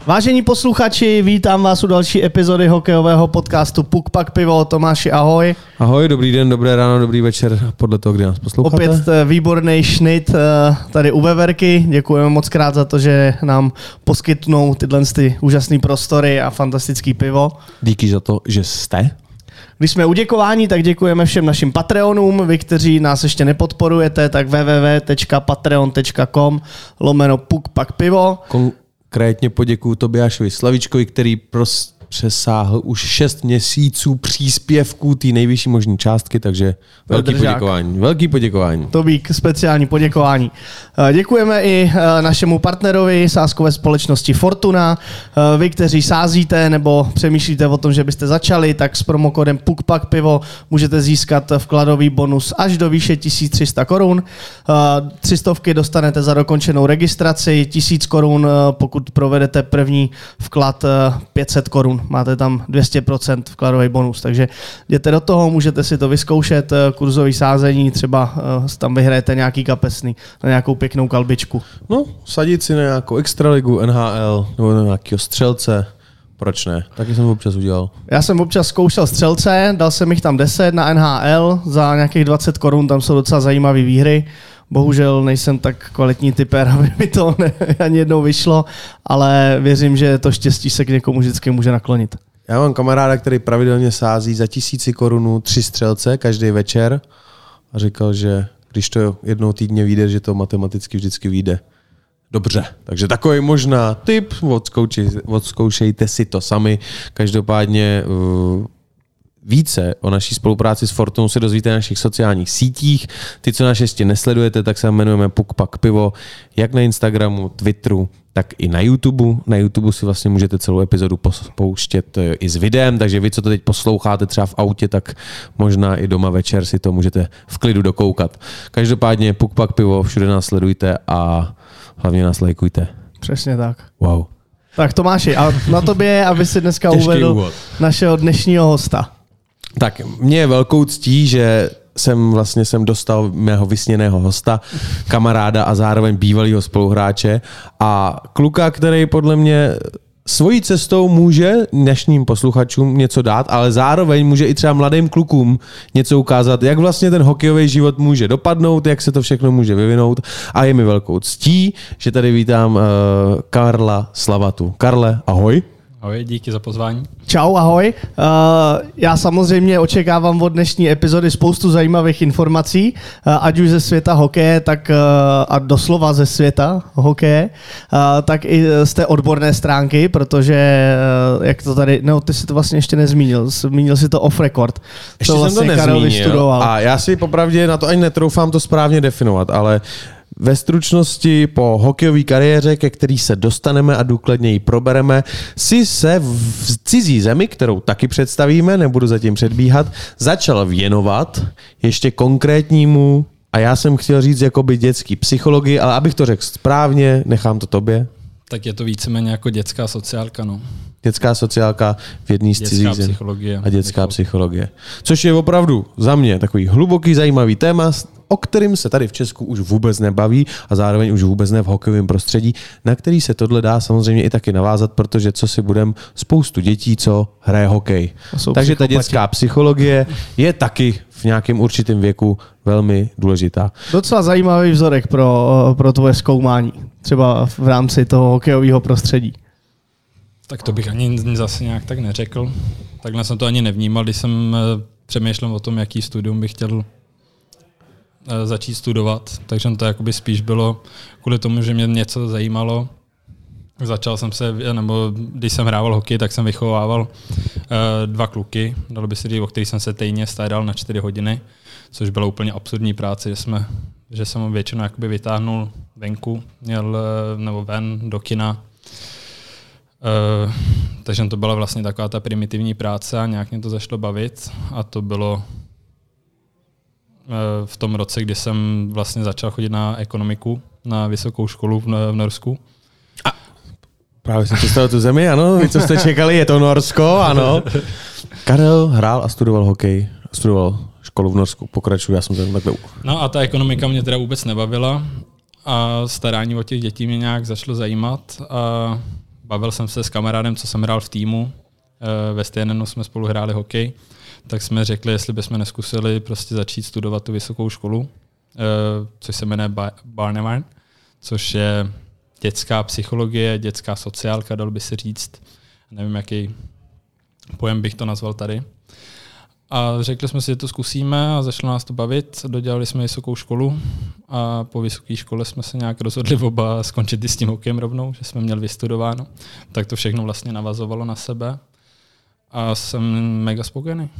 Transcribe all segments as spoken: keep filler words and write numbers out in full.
Vážení posluchači, vítám vás u další epizody hokejového podcastu Puk Pak Pivo. Tomáši, ahoj. Ahoj, dobrý den, dobré ráno, dobrý večer, podle toho, kdy nás posloucháte. Opět výborný šnit tady u Veverky. Děkujeme moc krát za to, že nám poskytnou tyhle ty úžasné prostory a fantastický pivo. Díky za to, že jste. Když jsme u děkování, tak děkujeme všem našim Patreonům. Vy, kteří nás ještě nepodporujete, tak www tečka patreon tečka com lomeno Puk Pak Pivo. Konkrétně poděkuju Tobiášovi Slavičkovi, který prostě přesáhl už šest měsíců příspěvků té nejvyšší možné částky, takže velký Držák. poděkování. Velký poděkování. Tobík, speciální poděkování. Děkujeme i našemu partnerovi sázkové společnosti Fortuna. Vy, kteří sázíte nebo přemýšlíte o tom, že byste začali, tak s promokódem Puk Pak Pivo můžete získat vkladový bonus až do výše tisíc tři sta korun. Tři stovky dostanete za dokončenou registraci, tisíc korun, pokud provedete první vklad pět set korun. Máte tam dvě stě procent vkladový bonus, takže jděte do toho, můžete si to vyzkoušet, kurzový sázení, třeba tam vyhrajete nějaký kapesný, na nějakou pěknou kalbičku. No, sadit si na nějakou extraligu, N H L nebo na nějakého střelce, proč ne? Taky jsem občas udělal. Já jsem občas zkoušel střelce, dal jsem jich tam deset na N H L za nějakých dvacet korun, tam jsou docela zajímavé výhry. Bohužel nejsem tak kvalitní typer, aby mi to ne, ani jednou vyšlo, ale věřím, že to štěstí se k někomu vždycky může naklonit. Já mám kamaráda, který pravidelně sází za tisíci korunů tři střelce každý večer a říkal, že když to jednou týdně vyjde, že to matematicky vždycky vyjde dobře. Takže takový možná tip, odzkoušejte, odzkoušejte si to sami. Každopádně uh, více o naší spolupráci s Fortunou se dozvíte na našich sociálních sítích. Ty, co nás ještě nesledujete, tak se jmenujeme Puk Pak Pivo, jak na Instagramu, Twitteru, tak i na YouTube. Na YouTube si vlastně můžete celou epizodu pouštět i s videem, takže vy, co to teď posloucháte třeba v autě, tak možná i doma večer si to můžete v klidu dokoukat. Každopádně Puk Pak Pivo, všude nás sledujte a hlavně nás lajkujte. Přesně tak. Wow. Tak Tomáši, a na tobě, aby si dneska Těžký uvedl úvod. našeho dnešního hosta. Tak mě je velkou ctí, že jsem vlastně jsem dostal mého vysněného hosta, kamaráda a zároveň bývalého spoluhráče a kluka, který podle mě svojí cestou může dnešním posluchačům něco dát, ale zároveň může i třeba mladým klukům něco ukázat, jak vlastně ten hokejový život může dopadnout, jak se to všechno může vyvinout a je mi velkou ctí, že tady vítám uh, Karla Slavatu. Karle, ahoj. Ahoj, díky za pozvání. Čau, ahoj. Uh, já samozřejmě očekávám od dnešní epizody spoustu zajímavých informací, uh, ať už ze světa hokeje, tak uh, a doslova ze světa hokeje, uh, tak i z té odborné stránky, protože uh, jak to tady, no ty si to vlastně ještě nezmínil, zmínil si to off record. Ještě to vlastně jsem to nezmínil a já si popravdě na to ani netroufám to správně definovat, ale ve stručnosti po hokejové kariéře, ke který se dostaneme a důkladně ji probereme, si se v cizí zemi, kterou taky představíme, nebudu zatím předbíhat, začal věnovat ještě konkrétnímu, a já jsem chtěl říct jakoby dětský psychologii, ale abych to řekl správně, nechám to tobě. Tak je to víceméně jako dětská sociálka, no. Dětská sociálka v jedné z cizích zemí. Psychologie. A dětská psychologie. Což je opravdu za mě takový hluboký, zajímavý téma, o kterým se tady v Česku už vůbec nebaví a zároveň už vůbec ne v hokejovém prostředí, na který se tohle dá samozřejmě i taky navázat, protože co si budem, spoustu dětí, co hraje hokej. Takže ta dětská psychologie je taky v nějakém určitém věku velmi důležitá. Docela zajímavý vzorek pro, pro tvoje zkoumání, třeba v rámci toho hokejového prostředí. Tak to bych ani zase nějak tak neřekl. Takhle jsem to ani nevnímal, když jsem přemýšlel o tom, jaký studium bych chtěl začít studovat. Takže to jakoby spíš bylo kvůli tomu, že mě něco zajímalo. Začal jsem se, nebo když jsem hrával hokej, tak jsem vychovával dva kluky, dalo by se říct, o kterých jsem se týdně staral na čtyři hodiny, což byla úplně absurdní práce, že, jsme, že jsem ho většinou jakoby vytáhnul venku, měl, nebo ven do kina. Uh, takže to byla vlastně taková ta primitivní práce a nějak mě to začalo bavit a to bylo uh, v tom roce, kdy jsem vlastně začal chodit na ekonomiku na vysokou školu v, v Norsku. A právě jsem představil tu zemi, ano, vy co jste čekali, je to Norsko, ano. Karel hrál a studoval hokej, studoval školu v Norsku, pokračuju, já jsem tam takhle. No a ta ekonomika mě teda vůbec nebavila a starání o těch dětí mě nějak začalo zajímat a bavil jsem se s kamarádem, co jsem hrál v týmu, ve Stejnenu jsme spolu hráli hokej, tak jsme řekli, jestli bychom neskusili prostě začít studovat tu vysokou školu, což se jmenuje Barnevern, což je dětská psychologie, dětská sociálka, dal by se říct. Nevím, jaký pojem bych to nazval tady. A řekli jsme si, že to zkusíme a začalo nás to bavit. Dodělali jsme vysokou školu a po vysoké škole jsme se nějak rozhodli oba skončit i s tím hokejem rovnou, že jsme měli vystudováno. Tak to všechno vlastně navazovalo na sebe a jsem mega spokojený.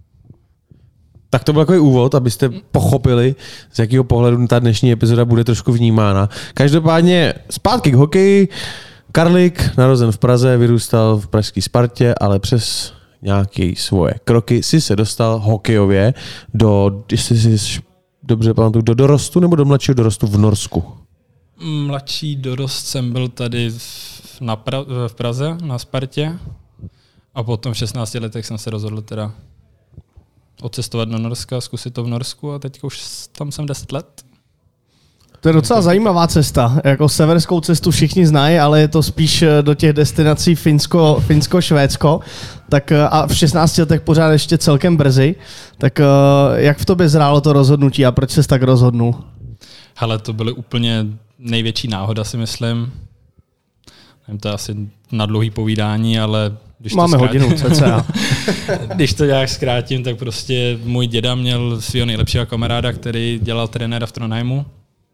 Tak to byl takový úvod, abyste pochopili, z jakého pohledu ta dnešní epizoda bude trošku vnímána. Každopádně zpátky k hokeji. Karlik, narozen v Praze, vyrůstal v pražské Spartě, ale přes nějaké svoje kroky si se dostal hokejově do, jestli si dobře pamatuju, do dorostu nebo do mladšího dorostu v Norsku? Mladší dorost jsem byl tady na pra- v Praze, na Spartě a potom v šestnácti letech jsem se rozhodl teda odcestovat do Norska, zkusit to v Norsku a teď už tam jsem deset let. To je docela zajímavá cesta. Jako severskou cestu všichni znají, ale je to spíš do těch destinací Finsko, Finsko, Švédsko. Tak a v šestnácti letech pořád ještě celkem brzy. Tak jak v tobě zrálo to rozhodnutí a proč ses tak rozhodnul? Hele, to byly úplně největší náhoda, si myslím. Nevím, to je asi na dlouhý povídání, ale když máme to zkrátím, hodinu cca. Když to nějak zkrátím, tak prostě můj děda měl svého nejlepšího kamaráda, který dělal trenéra v Trondheimu.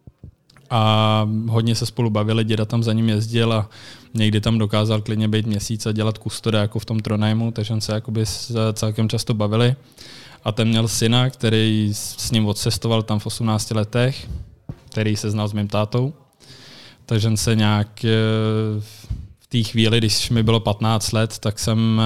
A hodně se spolu bavili, děda tam za ním jezdil a někdy tam dokázal klidně být měsíc a dělat kustoda jako v tom Trondheimu, takže se jakoby celkem často bavili. A ten měl syna, který s ním odcestoval tam v osmnácti letech, který se znal s mým tátou. Takže se nějak v té chvíli, když mi bylo patnáct let, tak jsem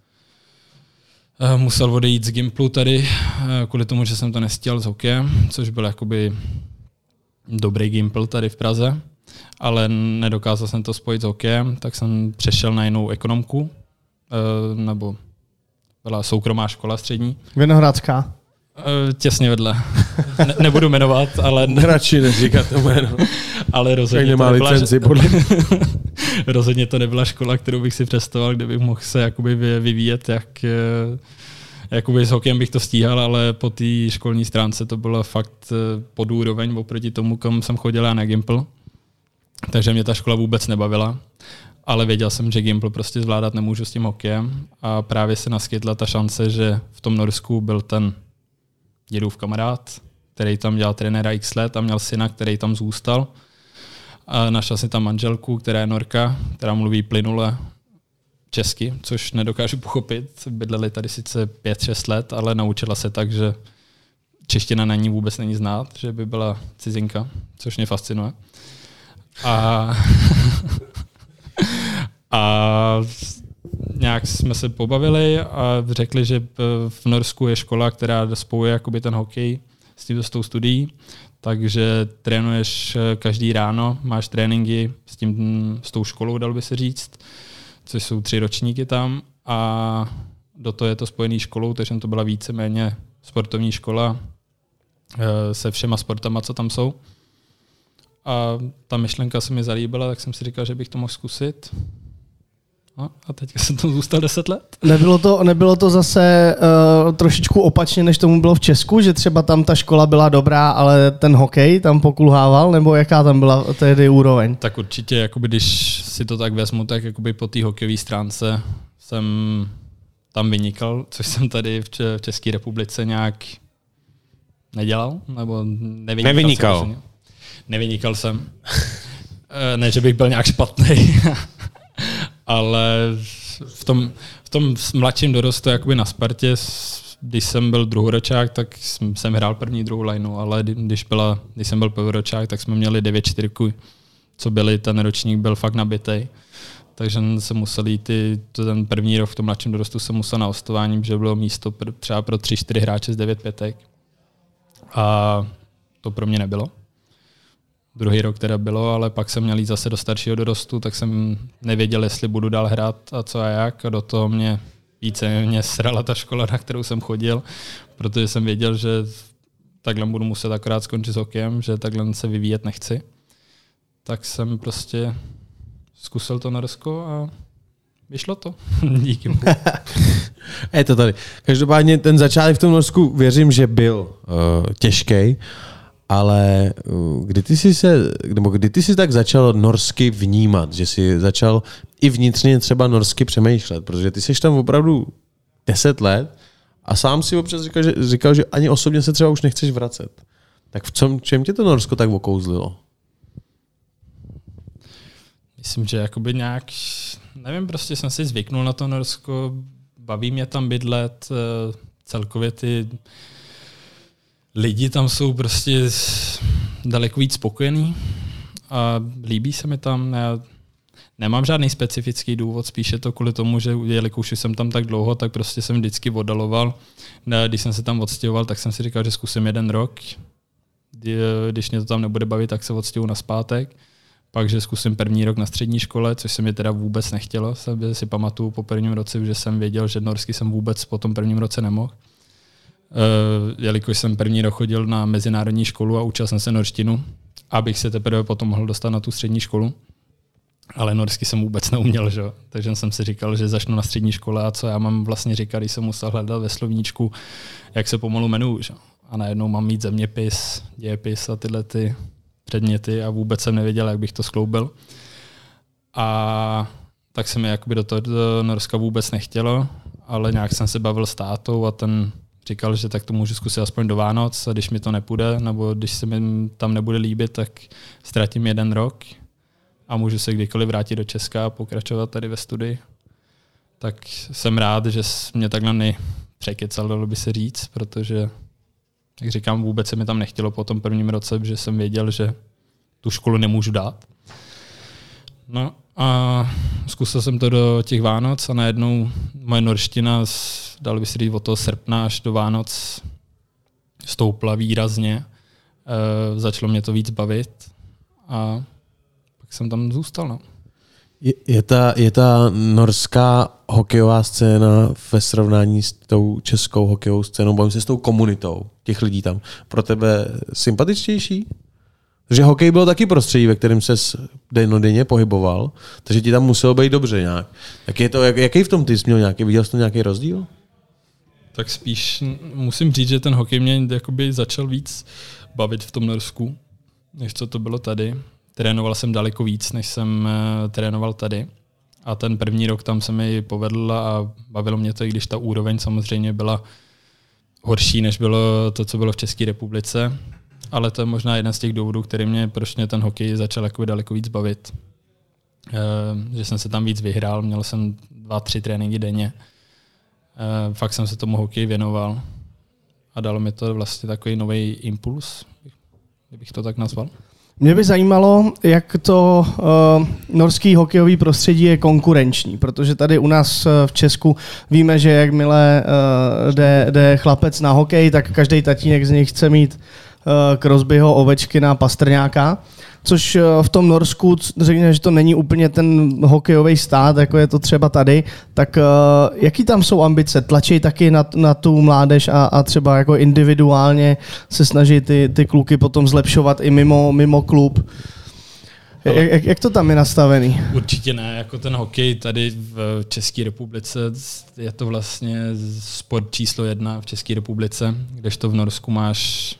musel odejít z Gimplu tady, kvůli tomu, že jsem to nestíhal s hokejem, což byl jakoby dobrý Gimpl tady v Praze, ale nedokázal jsem to spojit s hokejem, tak jsem přešel na jinou ekonomku, nebo byla soukromá škola střední. Vinohradská. Těsně vedle. Ne, nebudu jmenovat, ale... Radši neříkat to jméno. Ale rozhodně to, nebyla, licenci, podle... rozhodně to nebyla škola, kterou bych si představoval, kde bych mohl se jakoby vyvíjet, jak... Jakoby s hokejem bych to stíhal, ale po té školní stránce to bylo fakt podúroveň oproti tomu, kam jsem chodil já na Gimpl. Takže mě ta škola vůbec nebavila. Ale věděl jsem, že Gimpl prostě zvládat nemůžu s tím hokejem. A právě se naskytla ta šance, že v tom Norsku byl ten dědův kamarád, který tam dělal trenéra x let a měl syna, který tam zůstal. A našel si tam manželku, která je Norka, která mluví plynule česky, což nedokážu pochopit. Bydleli tady sice pět šest let, ale naučila se tak, že čeština na ní vůbec není znát, že by byla cizinka, což mě fascinuje. A, a nějak jsme se pobavili a řekli, že v Norsku je škola, která spojuje jakoby ten hokej s tím s tou studií, takže trénuješ každý ráno, máš tréninky s, tím, s tou školou, dal by se říct, což jsou tři ročníky tam a do toho je to spojený školou, takže to byla víceméně sportovní škola se všema sportama, co tam jsou. A ta myšlenka se mi zalíbila, tak jsem si říkal, že bych to mohl zkusit. No, a teďka jsem tam zůstal deset let. Nebylo to, nebylo to zase uh, trošičku opačně, než tomu bylo v Česku, že třeba tam ta škola byla dobrá, ale ten hokej tam pokulhával, nebo jaká tam byla tehdy úroveň? Tak určitě, jakoby, když si to tak vezmu, tak jakoby po té hokejové stránce jsem tam vynikal, což jsem tady v České republice nějak nedělal, nebo nevynikal. Nevynikal. Jsem, nevynikal jsem. Ne, že bych byl nějak špatný. Ale v tom, v tom mladším dorostu jakoby na Spartě, když jsem byl druhoročák, tak jsem hrál první, druhou lineu, ale když, byla, když jsem byl prvoročák, tak jsme měli devět čtyřky, co byli, ten ročník byl fakt nabitej. Takže se musel jít, ten první rok v tom mladším dorostu jsem musel na hostování, že bylo místo pro, třeba pro tři čtyři hráče z devět pětek. A to pro mě nebylo. Druhý rok teda bylo, ale pak jsem měl jít zase do staršího dorostu, tak jsem nevěděl, jestli budu dál hrát a co a jak. A do toho mě více mě srala ta škola, na kterou jsem chodil, protože jsem věděl, že takhle budu muset akorát skončit s hokejem, že takhle se vyvíjet nechci. Tak jsem prostě zkusil to Norsko a vyšlo to. Díky bohu. Je to tady. Každopádně ten začátek v tom Norsku věřím, že byl uh, těžký, ale uh, kdy ty jsi se, nebo kdy ty jsi tak začal norsky vnímat, že jsi začal i vnitřně třeba norsky přemýšlet, protože ty jsi tam opravdu deset let a sám si občas říkal, že, říkal, že ani osobně se třeba už nechceš vracet. Tak v čem, čem tě to Norsko tak okouzlilo? Myslím, že jakoby nějak, nevím, prostě jsem si zvyknul na to Norsko, baví mě tam bydlet, celkově ty lidi tam jsou prostě daleko víc spokojení a líbí se mi tam. Já nemám žádný specifický důvod, spíše to kvůli tomu, že jelikož jsem tam tak dlouho, tak prostě jsem vždycky oddaloval. Když jsem se tam odstěhoval, tak jsem si říkal, že zkusím jeden rok. Když mě to tam nebude bavit, tak se odstěhuji nazpátek. Pak, že zkusím první rok na střední škole, což se mi teda vůbec nechtělo. Si pamatuju po prvním roce, že jsem věděl, že norsky jsem vůbec po tom prvním roce nemohl. Uh, jelikož jsem první rok chodil na mezinárodní školu a učil jsem se norštinu, abych se teprve potom mohl dostat na tu střední školu. Ale norsky jsem vůbec neuměl, že? Takže jsem si říkal, že začnu na střední škole a co já mám vlastně říkat, když jsem musel hledat ve slovníčku, jak se pomalu jmenuju. Že? A najednou mám mít zeměpis, dějepis a tyhle ty předměty a vůbec jsem nevěděl, jak bych to skloubil. A tak se mi jakoby do toho do Norska vůbec nechtělo, ale nějak jsem se bavil s tátou a ten říkal, že tak to můžu zkusit aspoň do Vánoc a když mi to nepůjde, nebo když se mi tam nebude líbit, tak ztratím jeden rok a můžu se kdykoliv vrátit do Česka a pokračovat tady ve studii. Tak jsem rád, že mě takhle nepřekecal, dalo by se říct, protože, jak říkám, vůbec se mi tam nechtělo po tom prvním roce, že jsem věděl, že tu školu nemůžu dát. No a zkusil jsem to do těch Vánoc a najednou moje norština, dalo by se říct od toho srpna až do Vánoc, stoupla výrazně. E, začalo mě to víc bavit a pak jsem tam zůstal. No. Je, je, ta, je ta norská hokejová scéna ve srovnání s tou českou hokejovou scénou, bavím se s tou komunitou těch lidí tam, pro tebe sympatičtější? Protože hokej bylo taky prostředí, ve kterém ses dennodenně pohyboval, takže ti tam muselo být dobře nějak. Tak je to, jak, jaký v tom ty jsi měl nějaký, viděl jsi to nějaký rozdíl? Tak spíš musím říct, že ten hokej mě jakoby začal víc bavit v tom Norsku, než co to bylo tady. Trénoval jsem daleko víc, než jsem uh, trénoval tady. A ten první rok tam se mi povedl a bavilo mě to, i když ta úroveň samozřejmě byla horší, než bylo to, co bylo v České republice. Ale to je možná jeden z těch důvodů, který mě, proč mě ten hokej začal jako daleko víc bavit. E, že jsem se tam víc vyhrál, měl jsem dva, tři tréninky denně. E, fakt jsem se tomu hokeji věnoval a dalo mi to vlastně takový nový impuls, kdybych to tak nazval. Mě by zajímalo, jak to uh, norský hokejový prostředí je konkurenční, protože tady u nás uh, v Česku víme, že jakmile uh, jde, jde chlapec na hokej, tak každý tatínek z nich chce mít uh, Crosbyho, Ovečkina, Pastrňáka, což uh, v tom Norsku, řekněme, že to není úplně ten hokejový stát, jako je to třeba tady, tak uh, jaký tam jsou ambice? Tlačí taky na, na tu mládež a, a třeba jako individuálně se snaží ty, ty kluky potom zlepšovat i mimo, mimo klub? Jak, jak, jak to tam je nastavený? Určitě ne, jako ten hokej tady v České republice je to vlastně sport číslo jedna v České republice, kdežto v Norsku máš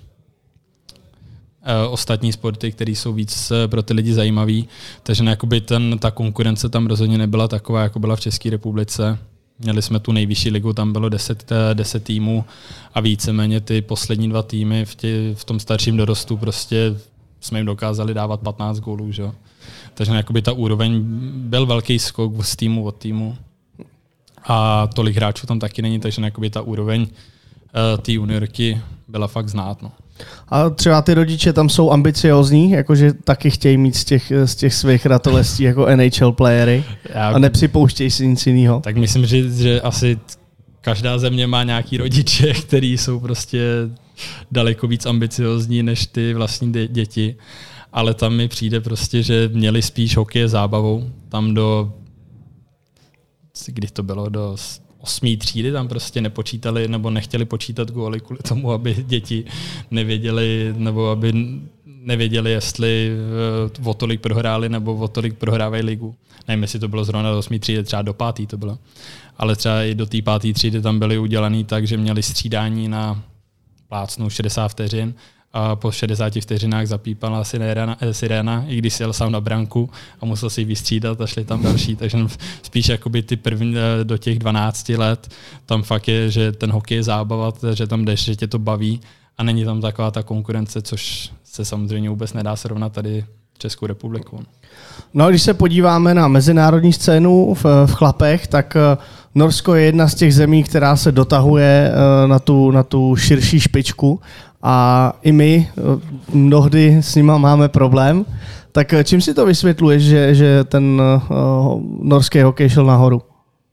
ostatní sporty, které jsou víc pro ty lidi zajímavý, takže jakoby ten, ta konkurence tam rozhodně nebyla taková, jako byla v České republice. Měli jsme tu nejvyšší ligu, tam bylo deset, deset týmů a víceméně ty poslední dva týmy v, tě, v tom starším dorostu prostě jsme jim dokázali dávat patnáct gólů. Že? Takže jakoby ta úroveň byl velký skok z týmu od týmu a tolik hráčů tam taky není, takže jakoby ta úroveň uh, té juniorky byla fakt znát. No. A třeba ty rodiče tam jsou ambiciozní, jakože taky chtějí mít z těch, z těch svých ratolestí jako N H L playery a nepřipouštějí si nic jiného. Tak myslím, že, že asi každá země má nějaký rodiče, kteří jsou prostě daleko víc ambiciozní než ty vlastní dě- děti. Ale tam mi přijde prostě, že měli spíš hokej zábavou. Tam do, kdy to bylo, do osmý třídy tam prostě nepočítali nebo nechtěli počítat góly kvůli tomu, aby děti nevěděli nebo aby nevěděli, jestli o tolik prohráli nebo o tolik prohrávají ligu. Nevím, jestli to bylo zrovna do osmý třídy, třeba do pátý to bylo. Ale třeba i do té páté třídy tam byly udělaný tak, že měli střídání na plácnu šedesát vteřin a po šedesáti vteřinách zapípala siréna, siréna, i když jel sám na branku a musel si ji vystřídat a šli tam další. Takže spíš jakoby ty první do těch dvanácti let tam fakt je, že ten hokej je zábava, že tam jdeš, že tě to baví a není tam taková ta konkurence, což se samozřejmě vůbec nedá srovnat tady Českou republiku. No a když se podíváme na mezinárodní scénu v, v chlapech, tak Norsko je jedna z těch zemí, která se dotahuje na tu, na tu širší špičku a i my mnohdy s nima máme problém. Tak čím si to vysvětluješ, že, že ten uh, norský hokej šel nahoru?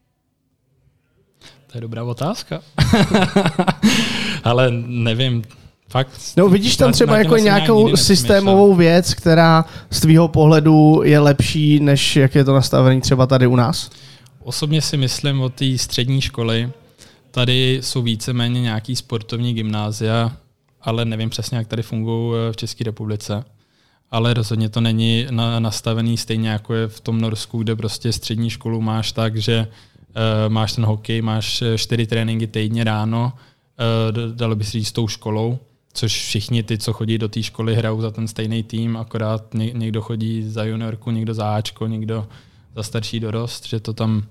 To je dobrá otázka. Ale nevím, fakt. No vidíš tam třeba jako nějakou systémovou věc, která z tvýho pohledu je lepší, než jak je to nastavený třeba tady u nás? Osobně si myslím o té střední školy. Tady jsou víceméně nějaký sportovní gymnázia, ale nevím přesně, jak tady fungují v České republice. Ale rozhodně to není na, nastavený stejně jako je v tom Norsku, kde prostě střední školu máš tak, že uh, máš ten hokej, máš čtyři tréninky týdně ráno, uh, dalo by si říct s tou školou, což všichni ty, co chodí do té školy, hrajou za ten stejný tým, akorát ně, někdo chodí za juniorku, někdo za Ačko, někdo za starší dorost, že to tam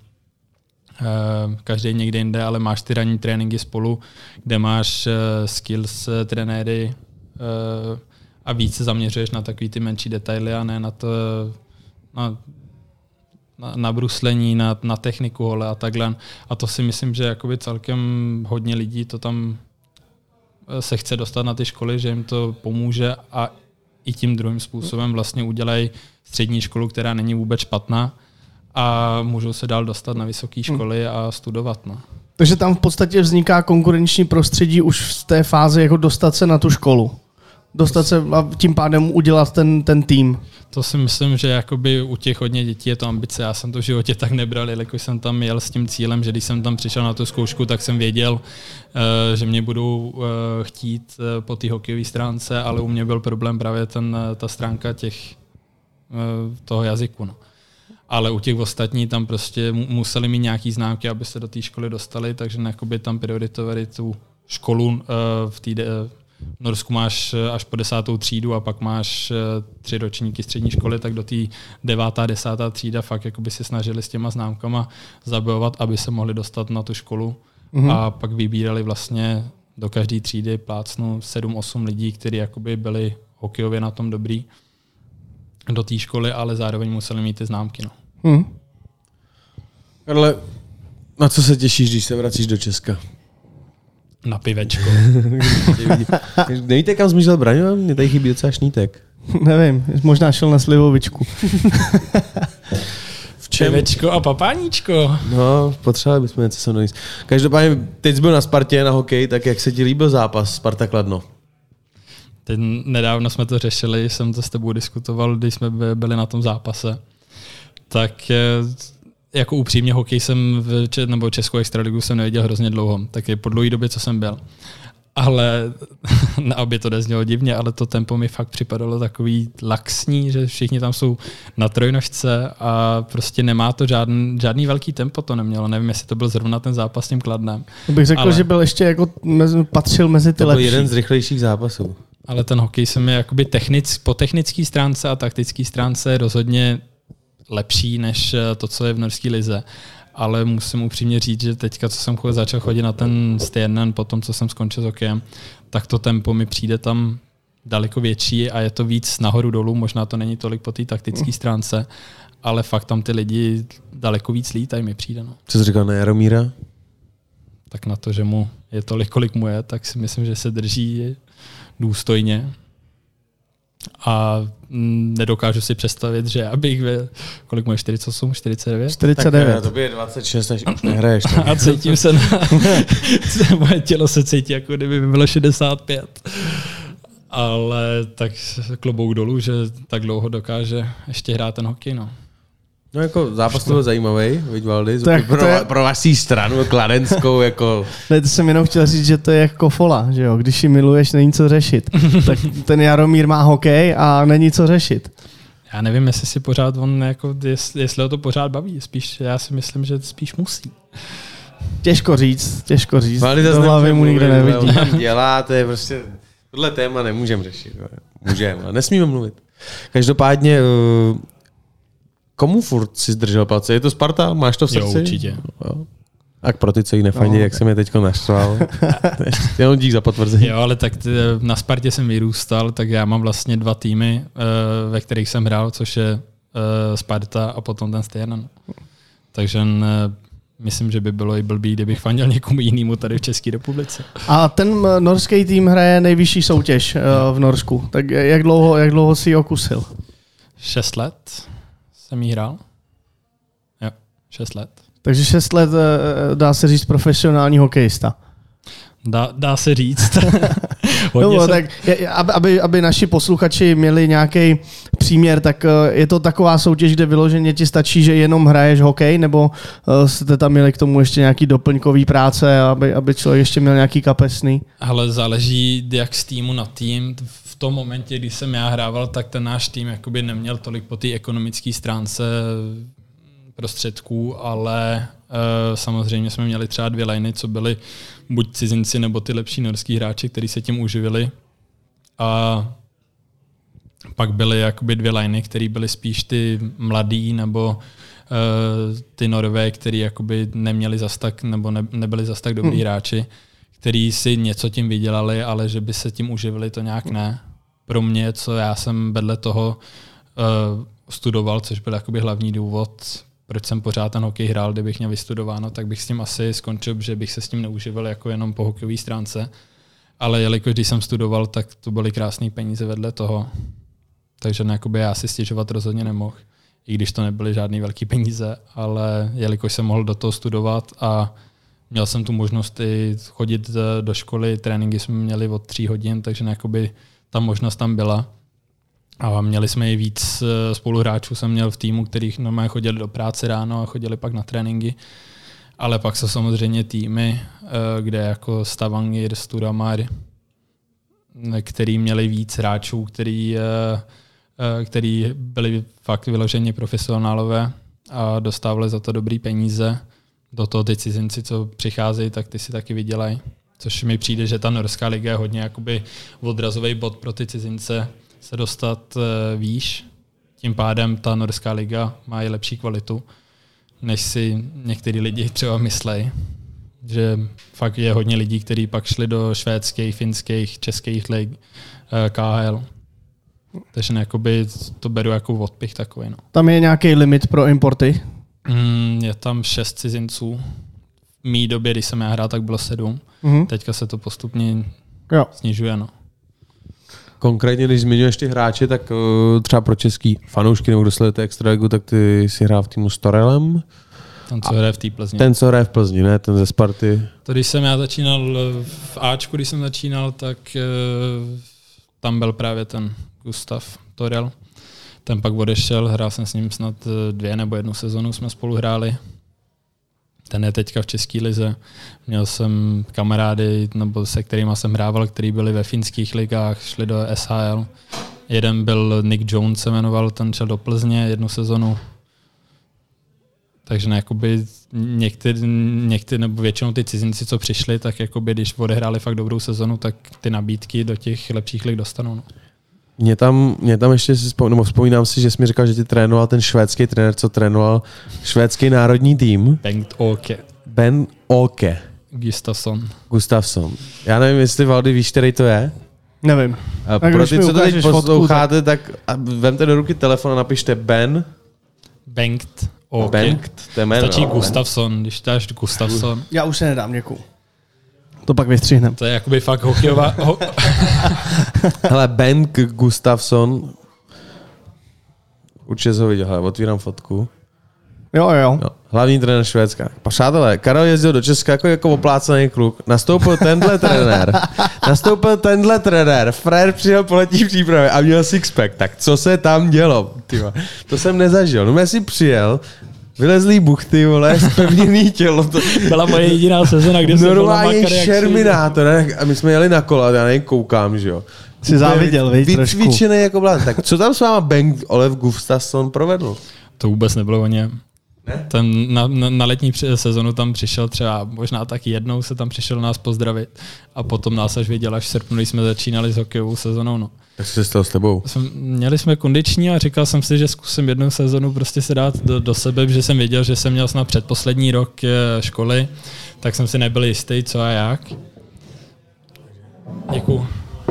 uh, každý někde jinde, ale máš ty ranní tréninky spolu, kde máš uh, skills uh, trenéry uh, a víc se zaměřuješ na takový ty menší detaily a ne na to na, na, na bruslení, na, na techniku hole a takhle. A to si myslím, že jakoby celkem hodně lidí to tam se chce dostat na ty školy, že jim to pomůže a i tím druhým způsobem vlastně udělají střední školu, která není vůbec špatná a můžou se dál dostat na vysoké školy a studovat. No. Takže tam v podstatě vzniká konkurenční prostředí už v té fázi jako dostat se na tu školu. Dostat se a tím pádem udělat ten, ten tým. To si myslím, že jakoby u těch hodně dětí je to ambice. Já jsem to v životě tak nebral, jelikož jsem tam jel s tím cílem, že když jsem tam přišel na tu zkoušku, tak jsem věděl, že mě budou chtít po té hokejové stránce, ale u mě byl problém právě ten, ta stránka těch, toho jazyku. No. Ale u těch ostatních tam prostě museli mít nějaký známky, aby se do té školy dostali, takže jakoby tam prioritovali tu školu v té v Norsku máš až po desátou třídu a pak máš tři ročníky střední školy, tak do té devátá, desátá třída fakt jakoby si snažili s těma známkama zabojovat, aby se mohli dostat na tu školu. Mm-hmm. A pak vybírali vlastně do každé třídy plácnu sedm osm lidí, kteří jakoby byli hokejově na tom dobrý do té školy, ale zároveň museli mít ty známky. No. Mm. Karle, na co se těšíš, když se vracíš do Česka? Na pivečko. Nevíte, kam zmizel Braňo? Mně tady chybí docela šnítek. Nevím, možná šel na slivovičku. V čem? Pivečko a papáníčko. No, potřebovali bychom něco se mnou jíst. Každopádně, teď jsi byl na Spartě, na hokej, tak jak se ti líbil zápas Sparta Kladno? Teď nedávno jsme to řešili, jsem to s tebou diskutoval, když jsme byli na tom zápase. Tak jako upřímně hokej jsem, v, nebo Českou extraligu jsem neviděl hrozně dlouho, tak je po dlouhé době, co jsem byl. Ale na obě to neznělo divně, ale to tempo mi fakt připadalo takový laxní, že všichni tam jsou na trojnožce a prostě nemá to žádný, žádný velký tempo, to nemělo. Nevím, jestli to byl zrovna ten zápas s tím Kladnem. Bych řekl, ale že byl ještě jako mezi, patřil mezi ty to lepší. To byl jeden z rychlejších zápasů. Ale ten hokej se mi jakoby technic, po technické stránce a taktické stránce rozhodně lepší než to, co je v norské lize. Ale musím upřímně říct, že teďka, co jsem začal chodit na ten Stjernen, po tom, co jsem skončil s hokejem, tak to tempo mi přijde tam daleko větší a je to víc nahoru dolů, možná to není tolik po té taktické stránce, ale fakt tam ty lidi daleko víc lítají, mi přijde. No. Co jsi říkal na Jaromíra? Tak na to, že mu je tolik, kolik mu je, tak si myslím, že se drží důstojně. A nedokážu si představit, že abych ve, kolik mu je, čtyřicet osm, čtyřicet devět? čtyřicet devět. Tak to by je dvacet šest, než už nehraješ. A cítím se na... moje tělo se cítí, jako kdyby by bylo šedesát pět. Ale tak klobouk dolů, že tak dlouho dokáže ještě hrát ten hokej, no. No jako zápas to byl zajímavý, viď Valdy, To je- pro, to je- pro vaší stranu, kladenskou, jako... Ne, to jsem jenom chtěl říct, že to je jako fola, že jo, když ji miluješ, není co řešit. Tak ten Jaromír má hokej a není co řešit. Já nevím, jestli si pořád on, jako, jestli, jestli ho to pořád baví. Spíš, já si myslím, že spíš musí. Těžko říct, těžko říct. Valdy Do zase hlavy mu nikde mluvit, nevidí. on tam dělá, to je prostě... Tohle téma nemůžeme řešit. Můžeme, ale nesmíme mluvit. Každopádně, uh, komu furt si zdržel palce? Je to Sparta? Máš to v srdci? Jo, určitě. Jo. Tak pro ty, co jí nefandí, No, jak jsem je teďko naštval. Jenom dík za potvrzení. Jo, ale tak t- na Spartě jsem vyrůstal, tak já mám vlastně dva týmy, uh, ve kterých jsem hrál, což je uh, Sparta a potom ten Stjarnan. Takže uh, myslím, že by bylo i blbý, kdybych fandil někomu jinému tady v České republice. A ten eh, norský tým hraje nejvyšší soutěž eh, v Norsku. Tak jak dlouho, jak dlouho si ji okusil? Šest let jsem jí hrál. Jo, šest let. Takže šest let eh, dá se říct profesionální hokejista. Dá, dá se říct. Hodně No, jsem- tak, je- aby, aby naši posluchači měli nějaký příměr, tak eh, je to taková soutěž, kde vyloženě ti stačí, že jenom hraješ hokej, nebo eh, jste tam měli k tomu ještě nějaký doplňkový práce, aby, aby člověk ještě měl nějaký kapesný? Ale záleží jak z týmu na tým. V tom momentě, kdy jsem já hrával, tak ten náš tým jakoby neměl tolik po té ekonomické stránce prostředků, ale uh, samozřejmě jsme měli třeba dvě liny, co byly buď cizinci nebo ty lepší norský hráči, kteří se tím uživili. A pak byly jakoby dvě liny, které byly spíš ty mladý nebo uh, ty Norové, který jakoby neměli zas tak, nebo ne, nebyli zas tak dobrý hmm. hráči, který si něco tím vydělali, ale že by se tím uživili, to nějak ne. Pro mě, co já jsem vedle toho uh, studoval, což byl jakoby hlavní důvod, proč jsem pořád ten hokej hrál, kdybych měl vystudováno, tak bych s tím asi skončil, že bych se s tím neuživil jako jenom po hokejové stránce. Ale jelikož když jsem studoval, tak to byly krásné peníze vedle toho. Takže jakoby já si stěžovat rozhodně nemohl, i když to nebyly žádný velký peníze, ale jelikož jsem mohl do toho studovat a měl jsem tu možnost i chodit do školy, tréninky jsme měli od tří hodin, takže jakoby ta možnost tam byla. A měli jsme i víc spoluhráčů, jsem měl v týmu, kterých normálně chodili do práce ráno a chodili pak na tréninky. Ale pak jsou samozřejmě týmy, kde jako Stavanger, Storhamar, který měli víc hráčů, který, který byli fakt vyloženě profesionálové a dostávali za to dobrý peníze. Do toho ty cizinci, co přicházejí, tak ty si taky vydělají. Což mi přijde, že ta norská liga je hodně jakoby odrazový bod pro ty cizince se dostat výš. Tím pádem ta norská liga má i lepší kvalitu, než si některý lidi třeba myslejí. Že fakt je hodně lidí, kteří pak šli do švédských, finských, českých lig, K H L. Takže jakoby to beru jako odpich takový. No. Tam je nějaký limit pro importy? Mm, je tam šest cizinců. V mý době, když jsem já hrál, tak bylo sedm. Mhm. Teďka se to postupně Jo. snižuje. No. Konkrétně, když zmiňuješ ty hráče, tak uh, třeba pro český fanoušky nebo kdo sledujete Extraligu, tak ty si hrál v týmu s Torelem. Ten, co hraje v té Plzni. Ten, co hraje v Plzni, ne? Ten ze Sparty. To, když jsem já začínal v Ačku, když jsem začínal, tak uh, tam byl právě ten Gustav Torel. Ten pak odešel, hrál jsem s ním snad dvě nebo jednu sezonu, jsme spolu hráli. Ten je teďka v české lize. Měl jsem kamarády, nebo se kterými jsem hrával, kteří byli ve finských ligách, šli do S H L. Jeden byl Nick Jones, se jmenoval, ten šel do Plzně jednu sezonu. Takže ne, jakoby některý, některý, nebo většinou ty cizinci, co přišli, tak jakoby, když odehráli fakt dobrou sezonu, tak ty nabídky do těch lepších lig dostanou. No. Mě tam, mě tam ještě si vzpomínám, nebo vzpomínám si, že jsi mi říkal, že ty trénoval ten švédský trenér, co trénoval švédský národní tým. Bengt Åke. Ben Åke. Gustafsson. Gustafsson. Já nevím, jestli Valdy víš, který to je. Nevím. A Tak pro když ty, mi co to teď ukážeš fotku, posloucháte, tak vemte do ruky telefon a napište Ben. Bengt Åke. Bengt, to je jméno. Stačí no, Gustafsson, když dáš Gustafsson. Já už se nedám, děkuju. To pak vystřihnem. To je jakoby fakt hokejová... Ho... Hele, Ben Gustafsson. Určitě jsi ho viděl, hele, otvírám fotku. Jo, jo. No, hlavní trenér Švédska. Přátelé, Karel jezdil do Česka jako, jako oplácený kluk. Nastoupil tenhle trenér. Nastoupil tenhle trenér. Frér přijel po letní přípravě a měl sixpack. Tak co se tam dělo? Tyva. To jsem nezažil. No, já si přijel, vylezlý buchty, vole, zpevněný tělo. To... Byla moje jediná sezona, kde jsem byl na Makary. Šerminátor. A my jsme jeli na kola, já na něj koukám, že jo. Jsi záviděl, víš, trošku. Vycvičený jako blán. Tak co tam s váma Bengt Olaf Gustafsson provedl? To vůbec nebylo o něm. Ne? Ten na, na, na letní sezonu tam přišel třeba, možná tak jednou se tam přišel nás pozdravit a potom nás až viděl, až v srpnu, když jsme začínali s hokejovou sezonou. No. Jak se stalo s tebou? Jsem, měli jsme kondiční a říkal jsem si, že zkusím jednu sezonu prostě se dát do, do sebe, že jsem věděl, že jsem měl snad předposlední rok školy, tak jsem si nebyl jistý, co a jak. Děkuju.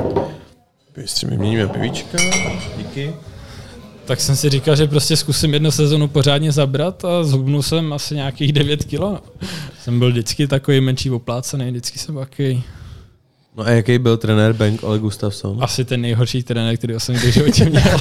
Ještě mi měníme pivíčka. Díky. Tak jsem si říkal, že prostě zkusím jednu sezonu pořádně zabrat a zhubnul jsem asi nějakých devět kilo. Jsem byl vždycky takový menší oplácený, vždycky jsem takový. No a jaký byl trenér Bengt Olaf Gustafsson? Asi ten nejhorší trenér, který jsem kdy v životě měl.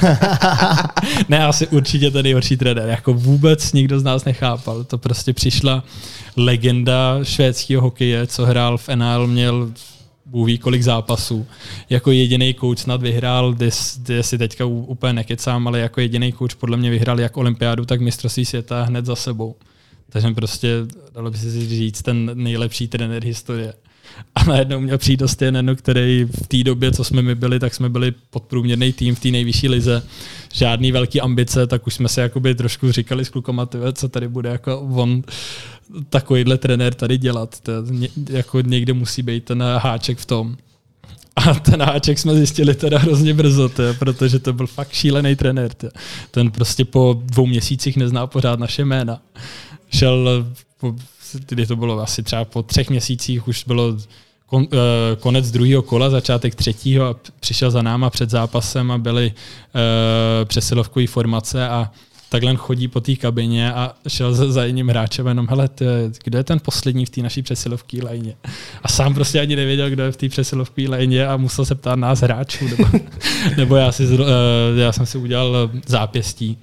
Ne, asi určitě ten nejhorší trenér. Jako vůbec nikdo z nás nechápal. To prostě přišla legenda švédského hokeje, co hrál v N H L, měl Bůh ví kolik zápasů. Jako jediný kouč snad vyhrál, kde si teďka úplně nekecám, ale jako jediný kouč podle mě vyhrál jak olympiádu, tak mistrovství světa hned za sebou. Takže prostě, dalo by se říct, ten nejlepší trenér historie. A najednou měl přijít do Stejnenu, který v té době, co jsme my byli, tak jsme byli podprůměrný tým v té nejvyšší lize. Žádný velký ambice, tak už jsme si jakoby trošku říkali s klukama, tyve, co tady bude jako on takovýhle trenér tady dělat. To, ně, jako někde musí být ten háček v tom. A ten háček jsme zjistili teda hrozně brzo, tyve, protože to byl fakt šílený trenér. Tyve. Ten prostě po dvou měsících nezná pořád naše jména. Šel po kdy to bylo asi třeba po třech měsících, už bylo kon, uh, konec druhého kola, začátek třetího a přišel za náma před zápasem a byly uh, přesilovkové formace a takhle chodí po té kabině a šel za, za jiným hráčem jenom, hele, ty, kdo je ten poslední v té naší přesilovské lajně? A sám prostě ani nevěděl, kdo je v té přesilovské lajně a musel se ptát nás hráčů. Nebo, nebo já, si, uh, já jsem si udělal zápěstí.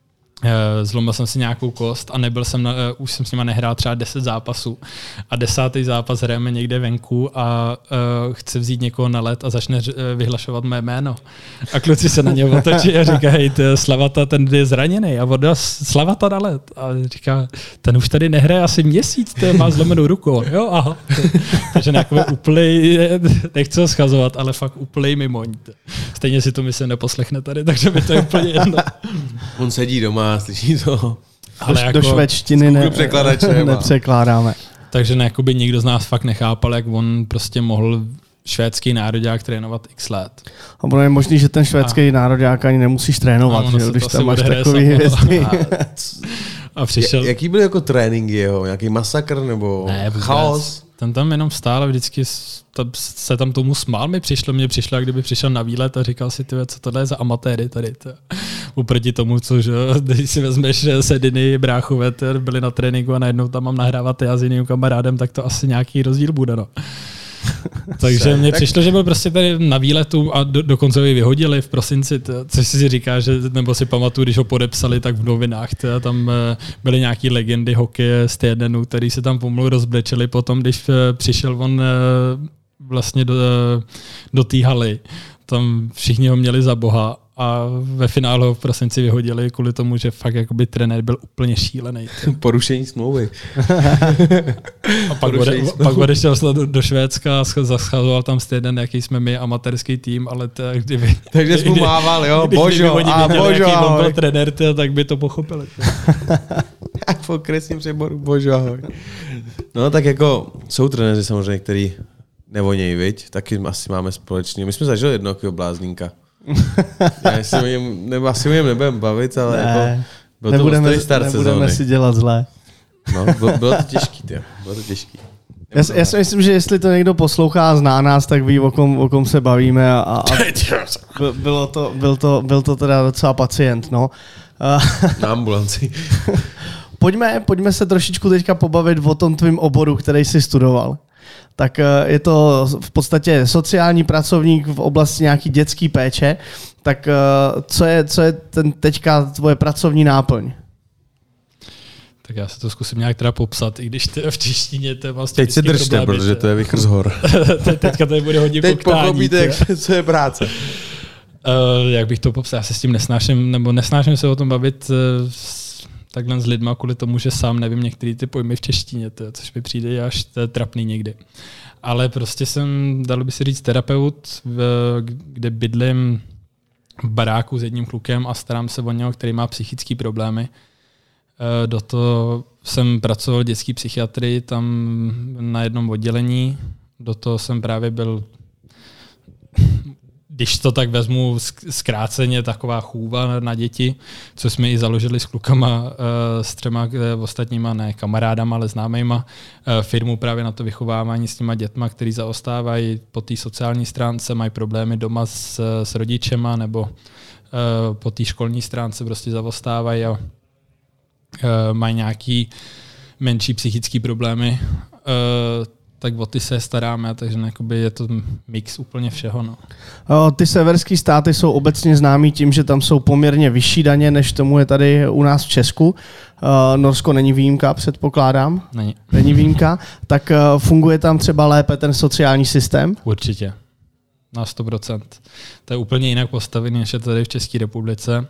Zlomil jsem si nějakou kost a nebyl jsem, na, už jsem s nima nehrál třeba deset zápasů. A desátý zápas hrajeme někde venku a uh, chce vzít někoho na led a začne uh, vyhlašovat mé jméno. A kluci se na něj otočí a říkají, Slavata, ten je zraněný. A on dá Slavata na led. A říká, ten už tady nehraje asi měsíc, ten má zlomenou ruku. Jo, aha. Takže nějaký úplný, nechci ho schazovat, ale fakt úplný mimoň. Stejně si to myslím neposlechne tady, takže mi to je úplně jedno. On sedí doma, slyší to. Ale do, jako, do švédštiny ne, nepřekládáme. Takže ne, jakoby nikdo z nás fakt nechápal, jak on prostě mohl švédský nároďák trénovat x let. A ono je možný, že ten švédský a... nároďák ani nemusíš trénovat, že, když tam máš takový hvězdy. A, a přišel... Jak, jaký byly jako tréninky jeho? Nějaký masakr nebo ne, chaos? Ten tam jenom stál a vždycky se tam tomu smál. Mi přišlo, mně přišlo, jak kdyby přišel na výlet a říkal si, tyhle, co tohle je za amatéry tady. To. Uproti tomu, co, že, když si vezmeš Sediny, bráchové, byli na tréninku a najednou tam mám nahrávat já s jiným kamarádem, tak to asi nějaký rozdíl bude. No. Takže mně přišlo, že byl prostě tady na výletu a do, dokonce ho vyhodili v prosinci, což si říká, že, nebo si pamatuju, když ho podepsali, tak v novinách tě, tam byly nějaký legendy hokeje z Týdenu, který se tam pomalu rozbrečeli potom, když přišel on vlastně do, do té haly. Tam všichni ho měli za boha a ve finále ho v prosinci vyhodili kvůli tomu, že fakt jakoby trenér byl úplně šílený. Porušení smlouvy. A pak, ode, pak odešel do, do Švédska a zaschazoval tam s týden, jaký jsme my amatérský tým, ale to, kdyby... Takže jsi mu mával, jo, božo, a věděli, božo, jaký on byl trenér, tak by to pochopili. V okresním přeboru, božo, ahoj. No tak jako jsou trenéři samozřejmě, který nevonějí, viď? Taky asi máme společný. My jsme zažili jednoho bláznínka. Já si o něm, nebo asi o něm nebudeme bavit, ale ne, jako byl nebudeme, to start nebudeme sezóny. si dělat zle. No, bylo, bylo to těžký, tě. Bylo to těžký. Já, já si myslím, že jestli to někdo poslouchá a zná nás, tak ví, o kom, o kom se bavíme. A, a bylo to, byl, to, byl to teda docela pacient, no. Na ambulanci. pojďme, pojďme se trošičku teďka pobavit o tom tvým oboru, který jsi studoval. Tak je to v podstatě sociální pracovník v oblasti nějaký dětský péče. Tak co je, co je ten teďka tvoje pracovní náplň? Tak já se to zkusím nějak teda popsat, i když teda v češtině to je vlastně Teď se držte, problémy, protože to je vychr z hor. Teďka tady bude hodně Teď poktání. pochopíte, jak, co je práce. Uh, jak bych to popsal, já se s tím nesnáším, nebo nesnáším se o tom bavit uh, s, takhle s lidma kvůli tomu, že sám nevím některé ty pojmy v češtině, to, což mi přijde až to trapný někdy. Ale prostě jsem, dalo by se říct, terapeut, v, kde bydlím v baráku s jedním klukem a starám se o něho, který má psychické problémy. Uh, do toho jsem pracoval v dětské psychiatrii, tam na jednom oddělení, do toho jsem právě byl, když to tak vezmu zkráceně, taková chůva na děti, co jsme i založili s klukama, s třema ostatníma, ne kamarádama, ale známejma, firmu právě na to vychovávání s těma dětma, který zaostávají po té sociální stránce, mají problémy doma s, s rodičema nebo po té školní stránce prostě zaostávají a mají nějaký menší psychické problémy, tak o ty se staráme, takže je to mix úplně všeho. No. Ty severské státy jsou obecně známí tím, že tam jsou poměrně vyšší daně, než tomu je tady u nás v Česku. Norsko není výjimka, předpokládám. Není. Není výjimka. Tak funguje tam třeba lépe ten sociální systém? Určitě. Na sto procent. To je úplně jinak postavený, než je tady v České republice.